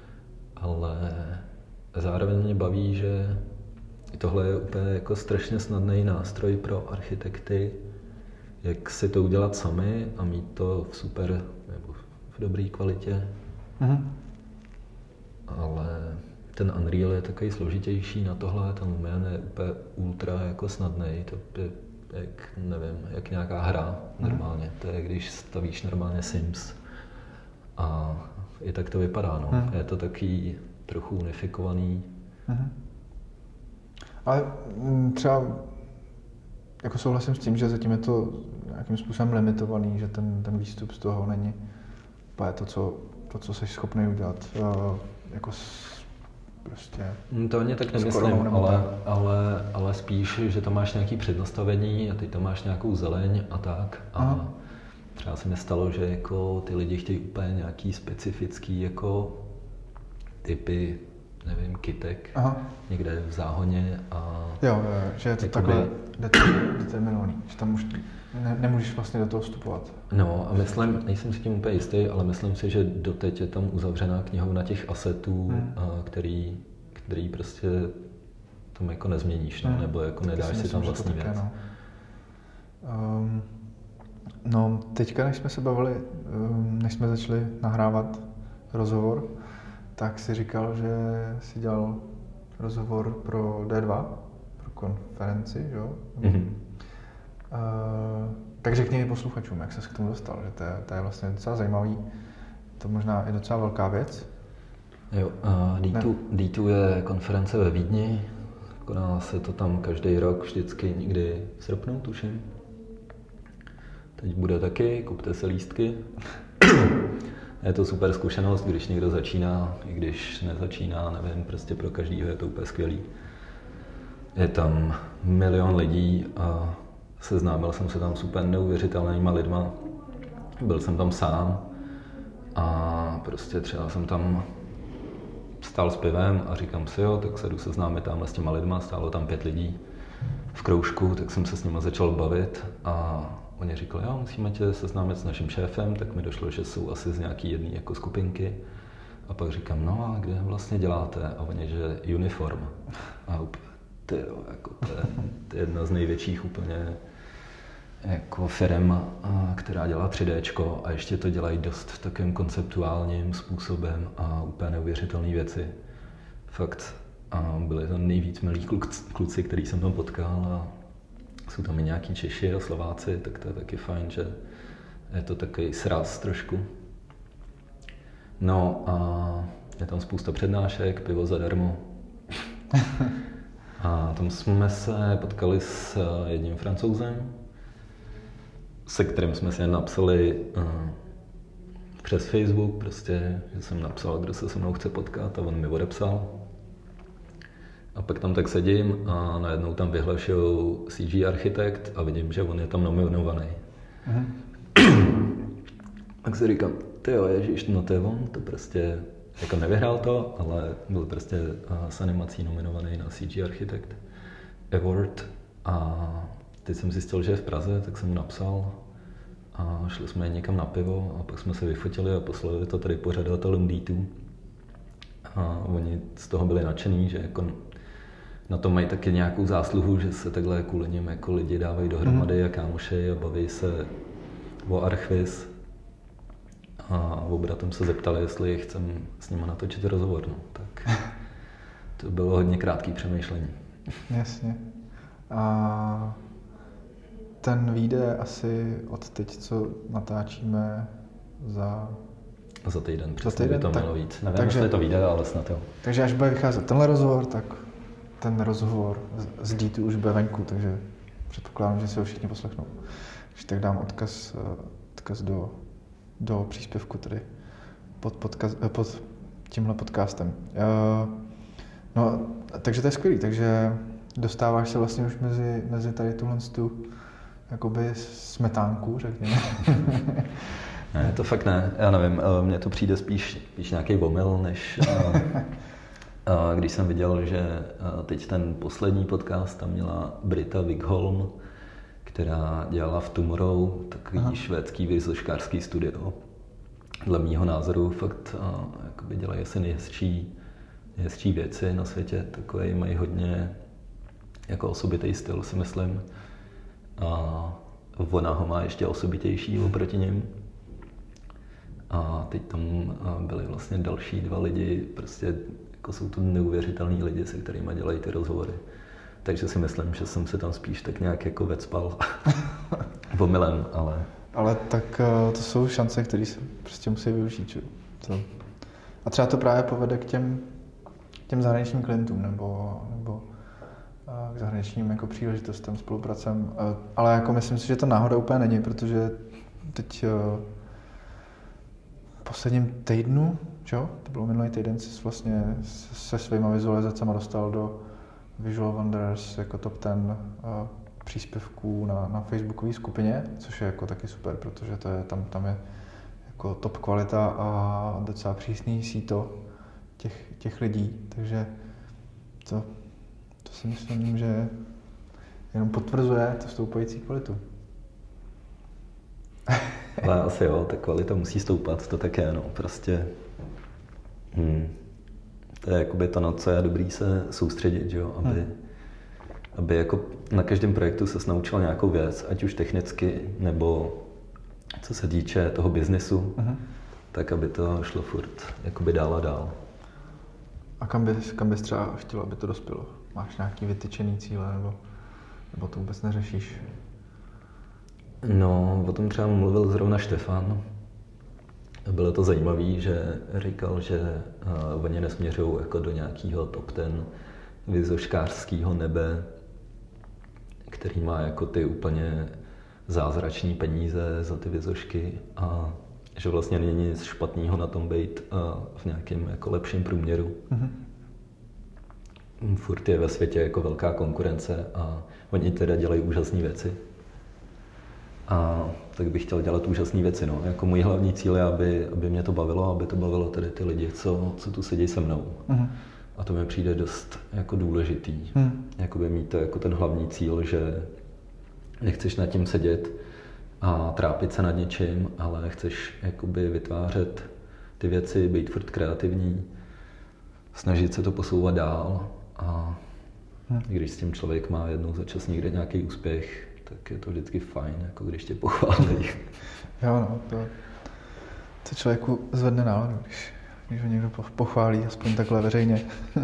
Ale zároveň mě baví, že tohle je úplně jako strašně snadný nástroj pro architekty, jak si to udělat sami a mít to v super nebo v dobré kvalitě. Mhm. Ale ten Unreal je takový složitější na tohle, ten Lumion je úplně ultra jako snadnej, to je jak, nevím, jak nějaká hra normálně, to je když stavíš normálně Sims a i tak to vypadá, no. Hmm. Je to taky trochu unifikovaný. Hmm. Ale třeba jako souhlasím s tím, že zatím je to nějakým způsobem limitovaný, že ten, ten výstup z toho není úplně to, co, to, co jsi schopný udělat. Uh, jako prostě to ani tak nemyslím, ale, ale, ale spíš, že tam máš nějaké přednastavení a teď tam máš nějakou zeleň a tak. A aha. Třeba se mi stalo, že jako ty lidi chtějí úplně nějaký specifický jako typy, nevím, kytek, aha. někde v záhoně a... Jo, jo, že je to takhle determinovaný, že tam už ne, nemůžeš vlastně do toho vstupovat. No a myslím, nejsem si tím úplně jistý, ale myslím si, že doteď je tam uzavřená knihovna těch asetů, hmm. který, který prostě tam jako nezměníš, no, hmm. nebo jako nedáš si, myslím, si tam vlastní věc. No. Um, no, teďka, než jsme se bavili, um, než jsme začali nahrávat rozhovor, tak si říkal, že jsi dělal rozhovor pro D dva, pro konferenci, jo? Mm-hmm. Uh, tak řekni posluchačům, jak ses k tomu dostal, že to je, to je vlastně docela zajímavý, to možná je docela velká věc. Jo, uh, D dva, D dva je konference ve Vídni, koná se to tam každý rok, vždycky někdy v srpnu, tuším. Teď bude taky, kupte se lístky. Je to super zkušenost, když někdo začíná, i když nezačíná, nevím, prostě pro každýho je to úplně skvělý. Je tam milion lidí a seznámil jsem se tam s úplně neuvěřitelnýma lidma. Byl jsem tam sám a prostě třeba jsem tam stál s pivem a říkám si, jo, tak se jdu seznámit tamhle s těma lidma, stálo tam pět lidí. v kroužku, tak jsem se s nimi začal bavit a oni říkali, jo, musíme tě seznámit s naším šéfem, tak mi došlo, že jsou asi z nějaký jedné jako skupinky. A pak říkám, no a kde vlastně děláte? A oni, že Uniform. A úplně, ty jo, jako to je, to je jedna z největších úplně jako firem, která dělá tři déčko a ještě to dělají dost takovým konceptuálním způsobem a úplně neuvěřitelné věci. Fakt a byli to nejvíc milí kluci, který jsem tam potkal a jsou tam i nějaký Češi a Slováci, tak to je taky fajn, že je to takový sraz trošku. No a je tam spousta přednášek, pivo zadarmo. A tam jsme se potkali s jedním Francouzem, se kterým jsme si napsali uh, přes Facebook, prostě, že jsem napsal, kdo se se mnou chce potkat a on mi odepsal. A pak tam tak sedím a najednou tam vyhlašují C G architekt a vidím, že on je tam nominovaný. Uh-huh. Tak si říkám, tyjo, ježiš, no to je on, to prostě, jako nevyhrál to, ale byl prostě uh, s animací nominovaný na C G Architect Award a teď jsem zjistil, že je v Praze, tak jsem mu napsal a šli jsme někam na pivo a pak jsme se vyfotili a poslali to tady pořadatelům D dva. A oni z toho byli nadšení, že jako na tom mají taky nějakou zásluhu, že se takhle kvůli něm jako lidi dávají dohromady mm. a kámoši a baví se o Archviz. A obratem se zeptali, jestli chcem s nimi natočit rozhovor. No. Tak to bylo hodně krátký přemýšlení. Jasně. A ten vyjde asi od teď, co natáčíme za... Za týden, přesně by to tak, mělo víc. Nevím, takže, jestli to vyjde, ale snad jo. Takže až bude vycházet tenhle rozhovor, tak ten rozhovor z D dva už bude venku, takže předpokládám, že si ho všichni poslechnou. Takže tak dám odkaz, odkaz do, do příspěvku tady pod, podcast, pod tímhle podcastem. No, takže to je skvělý, takže dostáváš se vlastně už mezi, mezi tady tuhle tu jakoby smetánku, řekněme. Ne, to fakt ne, já nevím, mně to přijde spíš, spíš nějaký omyl, než a když jsem viděl, že teď ten poslední podcast tam měla Brita Wigholm, která dělala v Tomorrow, takový Aha. švédský vizoškářský studio. Dle mýho názoru fakt a, jakoby dělají asi nejhezčí, nejhezčí věci na světě, takové mají hodně jako osobitý styl, si myslím. A ona ho má ještě osobitější oproti nim. A teď tam byli vlastně další dva lidi, prostě jako jsou to neuvěřitelní lidi, se kterými dělají ty rozhovory. Takže si myslím, že jsem se tam spíš tak nějak jako vecpal omylem, ale... Ale tak to jsou šance, které se prostě musí využít, že? To... A třeba to právě povede k těm, těm zahraničním klientům, nebo, nebo k zahraničním jako příležitostem, spolupracem. Ale jako myslím si, že to náhoda úplně není, protože teď v posledním týdnu, čo? To bylo minulý týden, jsi vlastně se svýma vizualizacemi dostal do Visual Wonders jako top ten příspěvků na, na facebookové skupině, což je jako taky super, protože to je, tam, tam je jako top kvalita a docela přísný síto těch, těch lidí, takže to, to si myslím, že jenom potvrzuje to stoupající kvalitu. Ale asi jo, ta kvalita musí stoupat, to také, no, prostě hmm, to je jakoby to, na co je dobrý se soustředit, jo, aby, hmm. aby jako na každém projektu ses naučil nějakou věc, ať už technicky, nebo co se týče toho biznesu, hmm. tak aby to šlo furt jakoby dál a dál. A kam bys, kam bys třeba chtěl, aby to dospělo? Máš nějaký vytyčený cíle, nebo, nebo to vůbec neřešíš? No, o tom třeba mluvil zrovna Štefan. Bylo to zajímavé, že říkal, že uh, oni nesměřují jako do nějakého top ten vizoškářského nebe, který má jako ty úplně zázrační peníze za ty vizošky a že vlastně není nic špatného na tom být uh, v nějakém jako lepším průměru. Mm-hmm. Furt je ve světě jako velká konkurence a oni teda dělají úžasné věci. A tak bych chtěl dělat úžasné věci. No. Jako můj hlavní cíl je, aby, aby mě to bavilo, aby to bavilo tedy ty lidi, co, co tu sedí se mnou. Mm-hmm. A to mi přijde dost jako důležitý. Hmm. Jakoby mít to jako ten hlavní cíl, že nechceš nad tím sedět a trápit se nad něčím, ale chceš jakoby vytvářet ty věci, být furt kreativní, snažit se to posouvat dál a hmm. když s tím člověk má jednou za čas někde nějaký úspěch, tak je to vždycky fajn, jako když tě pochválí. Jo, no, to, to člověku zvedne náladu, když, když ho někdo pochválí, aspoň takhle veřejně.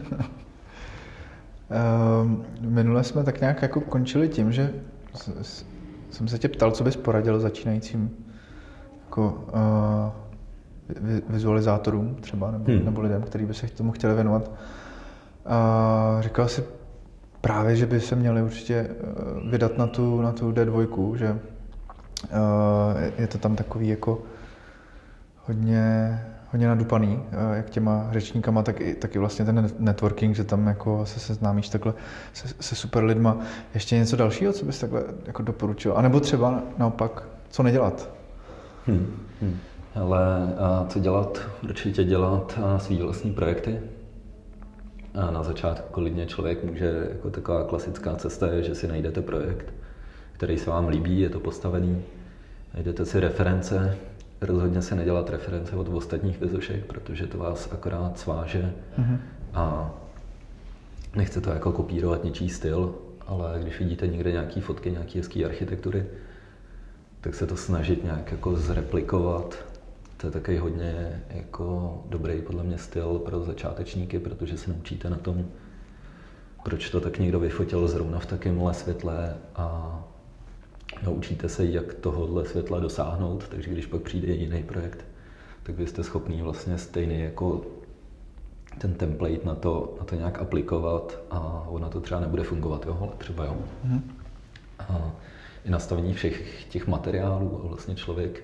Minule jsme tak nějak jako končili tím, že jsem se tě ptal, co bys poradil začínajícím jako, uh, vizualizátorům třeba, nebo, hmm. nebo lidem, kteří by se tomu chtěli věnovat. Uh, říkal jsi právě, že by se měli určitě vydat na tu, na tu D dva, že uh, je to tam takový jako hodně, hodně nadupaný, uh, jak těma řečníkama, tak i, tak i vlastně ten networking, že tam jako se seznámíš takhle se, se super lidma. Ještě něco dalšího, co bys takhle jako doporučil? A nebo třeba naopak, co nedělat? Hmm. Hmm. Ale a co dělat? Určitě dělat svý vlastní projekty. A na začátku klidně člověk může, jako taková klasická cesta je, že si najdete projekt, který se vám líbí, je to postavený, najdete si reference, rozhodně si nedělat reference od ostatních vizušek, protože to vás akorát sváže mm-hmm. a nechce to jako kopírovat něčí styl, ale když vidíte někde nějaký fotky, nějaký hezký architektury, tak se to snažit nějak jako zreplikovat. To je takový hodně jako dobrý podle mě styl pro začátečníky, protože se naučíte na tom, proč to tak někdo vyfotil zrovna v takovémhle světle a naučíte se, jak tohohle světla dosáhnout, takže když pak přijde jiný projekt, tak vy jste schopný vlastně stejný jako ten template na to, na to nějak aplikovat a ona to třeba nebude fungovat, jo, ale třeba jo. Mm-hmm. A i nastavení všech těch materiálů a vlastně člověk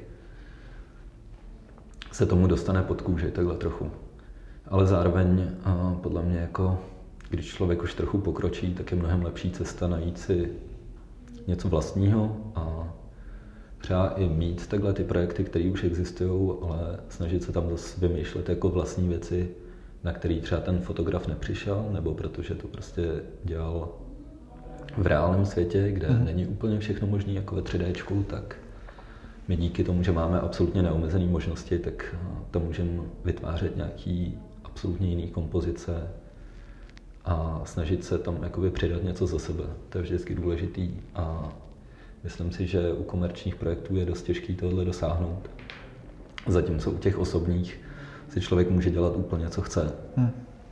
se tomu dostane pod kůži takhle trochu. Ale zároveň a podle mě jako, když člověk už trochu pokročí, tak je mnohem lepší cesta najít si něco vlastního a třeba i mít takhle ty projekty, které už existují, ale snažit se tam zase vymýšlet jako vlastní věci, na který třeba ten fotograf nepřišel, nebo protože to prostě dělal v reálném světě, kde mm. není úplně všechno možné jako ve tři déčku, tak my díky tomu, že máme absolutně neomezené možnosti, tak to můžeme vytvářet nějaký absolutně jiný kompozice a snažit se tam jakoby přidat něco za sebe. To je vždycky důležitý a myslím si, že u komerčních projektů je dost těžký tohle dosáhnout. Zatímco u těch osobních si člověk může dělat úplně, co chce. Hmm.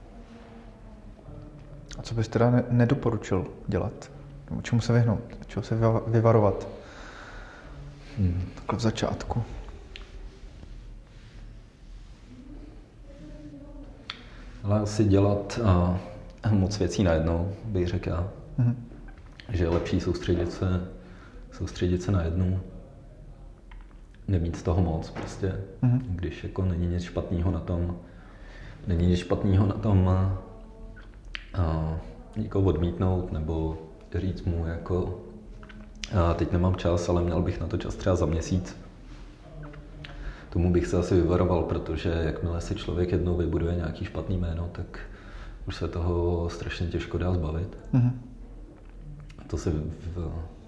A co bys teda ne- nedoporučil dělat? Čemu se vyhnout? Čeho se vyvarovat? Hmm. Takhle v začátku. Ale asi dělat uh, moc věcí najednou, bych řekl já. Hmm. Že je lepší soustředit se, soustředit se na jednu, nemít z toho moc prostě. Hmm. Když jako není nic špatného na tom, není nic špatného na tom uh, někoho odmítnout nebo říct mu jako a teď nemám čas, ale měl bych na to čas třeba za měsíc. Tomu bych se asi vyvaroval, protože jakmile si člověk jednou vybuduje nějaký špatný jméno, tak už se toho strašně těžko dá zbavit. Mm-hmm. To se v,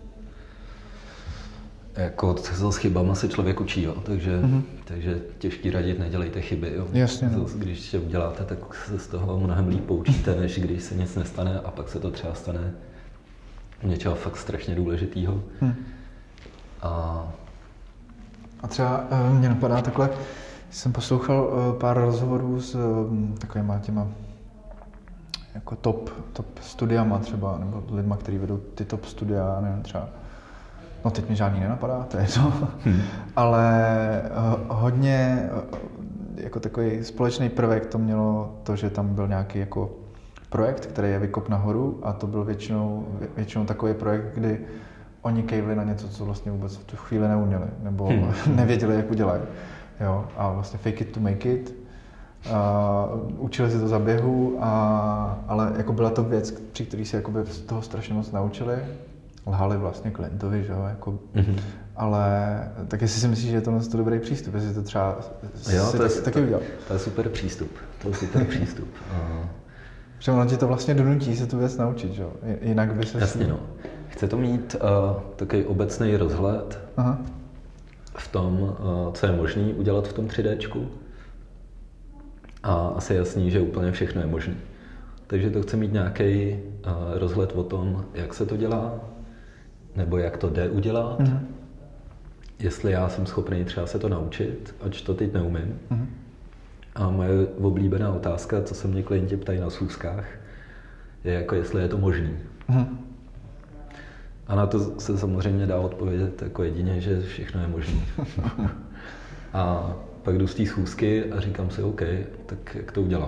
jako s chybama se člověk učí, jo? Takže, mm-hmm. takže těžký radit, nedělejte chyby. Jo? Jasně, no. Když je uděláte, tak se z toho mnohem líp poučíte, než když se nic nestane a pak se to třeba stane něčeho fakt strašně důležitého. Hmm. A... a třeba uh, mě napadá takhle, jsem poslouchal uh, pár rozhovorů s uh, takovýma těma jako top, top studiama třeba, nebo lidma, kteří vedou ty top studia, nevím, třeba, no teď mi žádný nenapadá, to je to, hmm. ale uh, hodně uh, jako takový společný prvek to mělo to, že tam byl nějaký jako projekt, který je vykop nahoru a to byl většinou, většinou takový projekt, kdy oni kejvli na něco, co vlastně vůbec v tu chvíli neuměli, nebo hmm. nevěděli, jak udělají. Jo, a vlastně fake it to make it. Uh, učili si to za běhu, a, ale jako byla to věc, při které se jakoby z toho strašně moc naučili. Lhali vlastně klientovi, že jo, jako, mm-hmm. ale tak jestli si myslíš, že je to to dobrý přístup, jestli to třeba jo, si to je, taky, taky to, udělal. To je super přístup, to je super přístup. Uh, Že ono ti to vlastně donutí se tu věc naučit, že jo? Jinak by se... Jasně, no. Chce to mít uh, takový obecný rozhled Aha. v tom, uh, co je možné udělat v tom tři déčku. A asi jasný, že úplně všechno je možné. Takže to chce mít nějaký uh, rozhled o tom, jak se to dělá, nebo jak to jde udělat. Mm-hmm. Jestli já jsem schopný třeba se to naučit, ač to teď neumím. Mm-hmm. A moje oblíbená otázka, co se mě klienti ptají na schůzkách, je jako jestli je to možný. Mm-hmm. A na to se samozřejmě dá odpovědět jako jedině, že všechno je možné. A pak jdu z té schůzky a říkám si, OK, tak jak to udělám?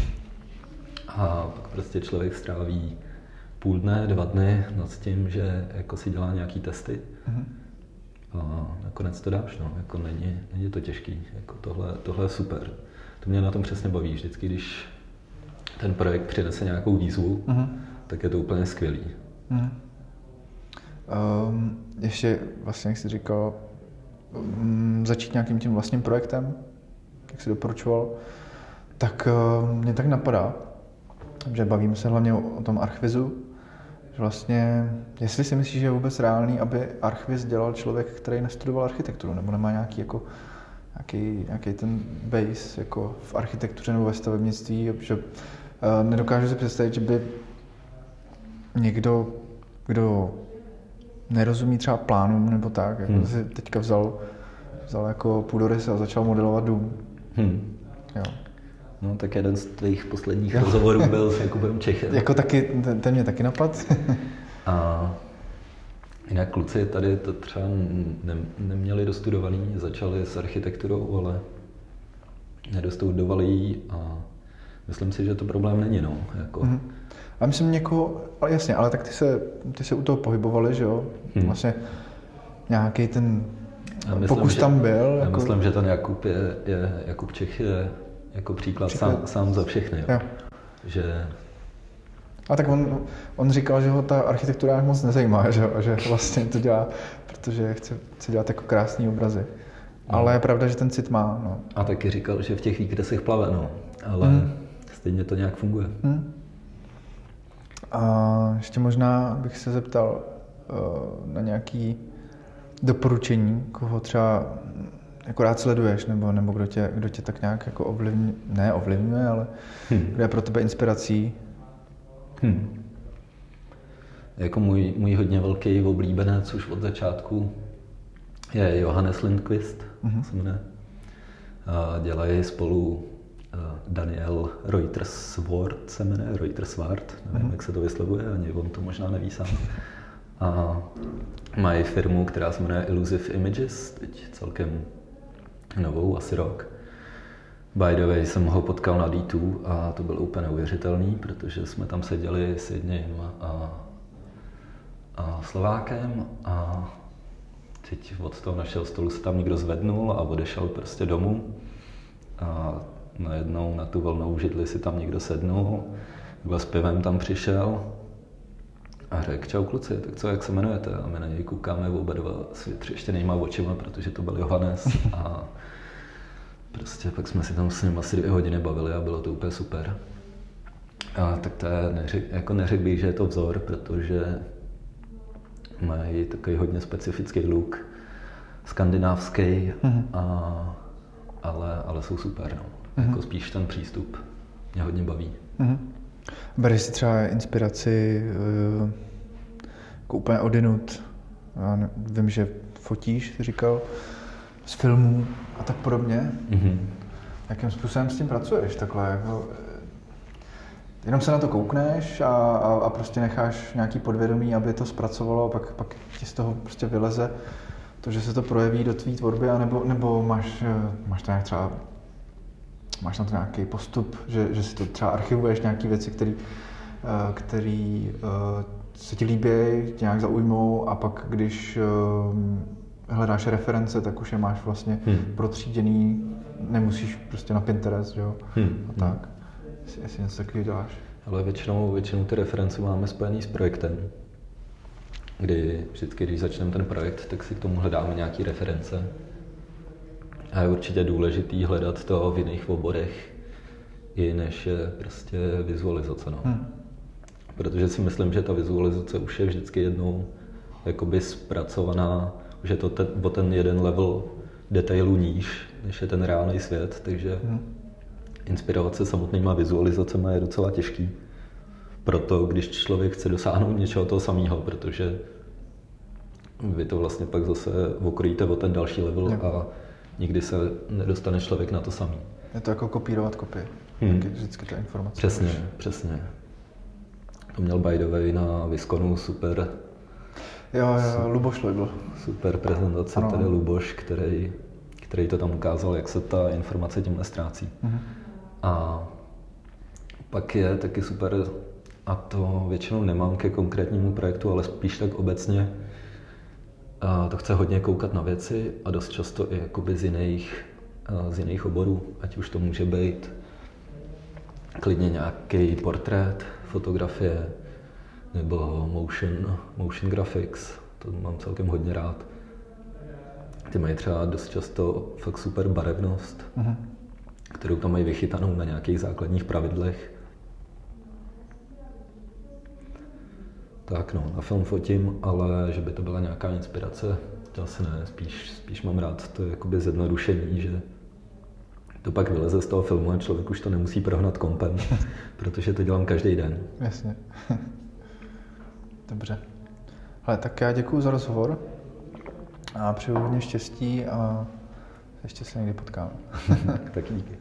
A pak prostě člověk stráví půl dne, dva dny nad tím, že jako si dělá nějaký testy. Mm-hmm. A nakonec to dáš, no. Jako není, není to těžký. Jako tohle, tohle je super. To mě na tom přesně baví. Vždycky, když ten projekt přinese nějakou výzvu, mm-hmm. tak je to úplně skvělý. Mm-hmm. Um, ještě vlastně, jak jsi říkal, um, začít nějakým tím vlastním projektem, jak jsi doporučoval, tak uh, mě tak napadá, že bavíme se hlavně o, o tom Archvizu, že vlastně, jestli si myslíš, že je vůbec reálný, aby Archviz dělal člověk, který nestudoval architekturu, nebo nemá nějaký, jako, nějaký, nějaký ten base jako v architektuře nebo ve stavebnictví, že uh, nedokážu si představit, že by někdo, kdo nerozumí třeba plánům nebo tak, jako hmm. si teďka vzal, vzal jako půdorys a začal modelovat dům. Hmm. Jo. No tak jeden z tvých posledních rozhovorů byl s Jakubem Čechem. Jako taky, ten, ten mě taky napad. A jinak kluci tady to třeba ne, neměli dostudovaný, začali s architekturou, ale nedostudovali ji a myslím si, že to problém není, no. Jako. Hmm. A myslím někoho, ale jasně, ale tak ty se, ty se u toho pohybovali, že jo? Hmm. Vlastně nějaký ten myslím, pokus že, tam byl. Já jako... myslím, že ten Jakub je, je Jakub Čech je jako příklad, příklad. Sám, sám za všechny. Jo. Jo. Že... A tak on, on říkal, že ho ta architektura moc nezajímá, že, že vlastně to dělá, protože chce, chce dělat jako krásný obrazy. No. Ale je pravda, že ten cit má. No. A taky říkal, že v těch výkresech plave, no. Ale hmm. stejně to nějak funguje. Hmm. A ještě možná bych se zeptal uh, na nějaké doporučení, koho třeba jako rád sleduješ, nebo, nebo kdo, tě, kdo tě tak nějak jako ovlivňuje, ne ovlivňuje, ale hmm. kdo je pro tebe inspirací? Hmm. Jako můj, můj hodně velký oblíbenec už od začátku je Johannes Lindqvist, mm-hmm. se jmenuje. A dělají spolu Daniel Reutersward, se jmenuje Reutersward, nevím, mm-hmm. jak se to vyslovuje, ani on to možná neví sám. A mají firmu, která se jmenuje Illusive Images, teď celkem novou, asi rok. By the way, jsem ho potkal na D dva a to bylo úplně neuvěřitelný, protože jsme tam seděli s jedním a, a Slovákem a teď od toho našeho stolu se tam někdo zvednul a odešel prostě domů. A najednou na tu volnou židli si tam někdo sednul, takhle s pivem tam přišel a řekl, čau kluci, tak co, jak se jmenujete? A my na něj koukáme oba dva s vytřeštěnýma očima, protože to byl Johannes a prostě pak jsme si tam s ním asi dvě hodiny bavili a bylo to úplně super. A tak to je, neřek, jako neřekl bych, že je to vzor, protože mají takový hodně specifický look, skandinávský, mm-hmm. a, ale, ale jsou super, no. Mm-hmm. Jako spíš ten přístup mě hodně baví. Mm-hmm. Bereš si třeba inspiraci uh, jako úplně odinut. Já ne, vím, že fotíš, jsi říkal, z filmů a tak podobně. Mm-hmm. Jakým způsobem s tím pracuješ takhle? Jako, jenom se na to koukneš a, a, a prostě necháš nějaký podvědomí, aby to zpracovalo a pak, pak ti z toho prostě vyleze to, že se to projeví do tvý tvorby, anebo, nebo máš, máš to nějak třeba máš na to nějaký postup, že, že si to třeba archivuješ nějaké věci, které se ti líbí, tě nějak zaujmou a pak, když uh, hledáš reference, tak už je máš vlastně hmm. protříděný, nemusíš prostě na Pinterest, jo, hmm. a tak. Jestli, jestli něco takového děláš. Ale většinou, většinou ty reference máme spojený s projektem, kdy vždycky, když začneme ten projekt, tak si k tomu hledáme nějaké reference. A je určitě důležitý hledat to v jiných oborech, i než je prostě vizualizace. No. Hmm. Protože si myslím, že ta vizualizace už je vždycky jednou jakoby zpracovaná, už je to ten, o ten jeden level detailů níž, než je ten reálný svět, takže hmm. inspirovat se samotnýma vizualizacemi je docela těžký. Proto, když člověk chce dosáhnout něčeho toho samého, protože vy to vlastně pak zase okrojíte o ten další level jo. a nikdy se nedostane člověk na to samý. Je to jako kopírovat kopii, hmm. vždycky ta informace. Přesně, už. přesně. To měl by the way na Visconu super. Jo, jo, Luboš byl. Super prezentace, ano. Tady Luboš, který, který to tam ukázal, jak se ta informace tím nestrácí. Hmm. A pak je taky super, a to většinou nemám ke konkrétnímu projektu, ale spíš tak obecně, a to chce hodně koukat na věci a dost často i jakoby z jiných, z jiných oborů, ať už to může být klidně nějaký portrét, fotografie nebo motion, motion graphics, to mám celkem hodně rád. Ty mají třeba dost často fakt super barevnost, uh-huh. kterou tam mají vychytanou na nějakých základních pravidlech. Tak no, na film fotím, ale že by to byla nějaká inspirace, to asi ne, spíš, spíš mám rád to jakoby zjednodušení, že to pak vyleze z toho filmu a člověk už to nemusí prohnat kompem, protože to dělám každý den. Jasně. Dobře. Hele, tak já děkuju za rozhovor a přeju hodně štěstí a ještě se někdy potkáme. Tak díky.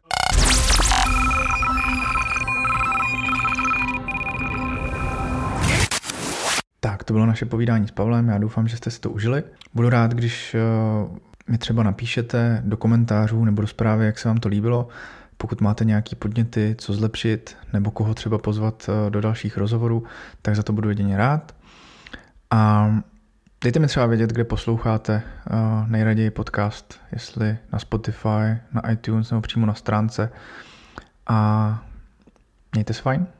Tak, to bylo naše povídání s Pavlem, já doufám, že jste si to užili. Budu rád, když mi třeba napíšete do komentářů nebo do zprávy, jak se vám to líbilo. Pokud máte nějaké podněty, co zlepšit, nebo koho třeba pozvat do dalších rozhovorů, tak za to budu jedině rád. A dejte mi třeba vědět, kde posloucháte nejraději podcast, jestli na Spotify, na iTunes nebo přímo na stránce. A mějte se fajn.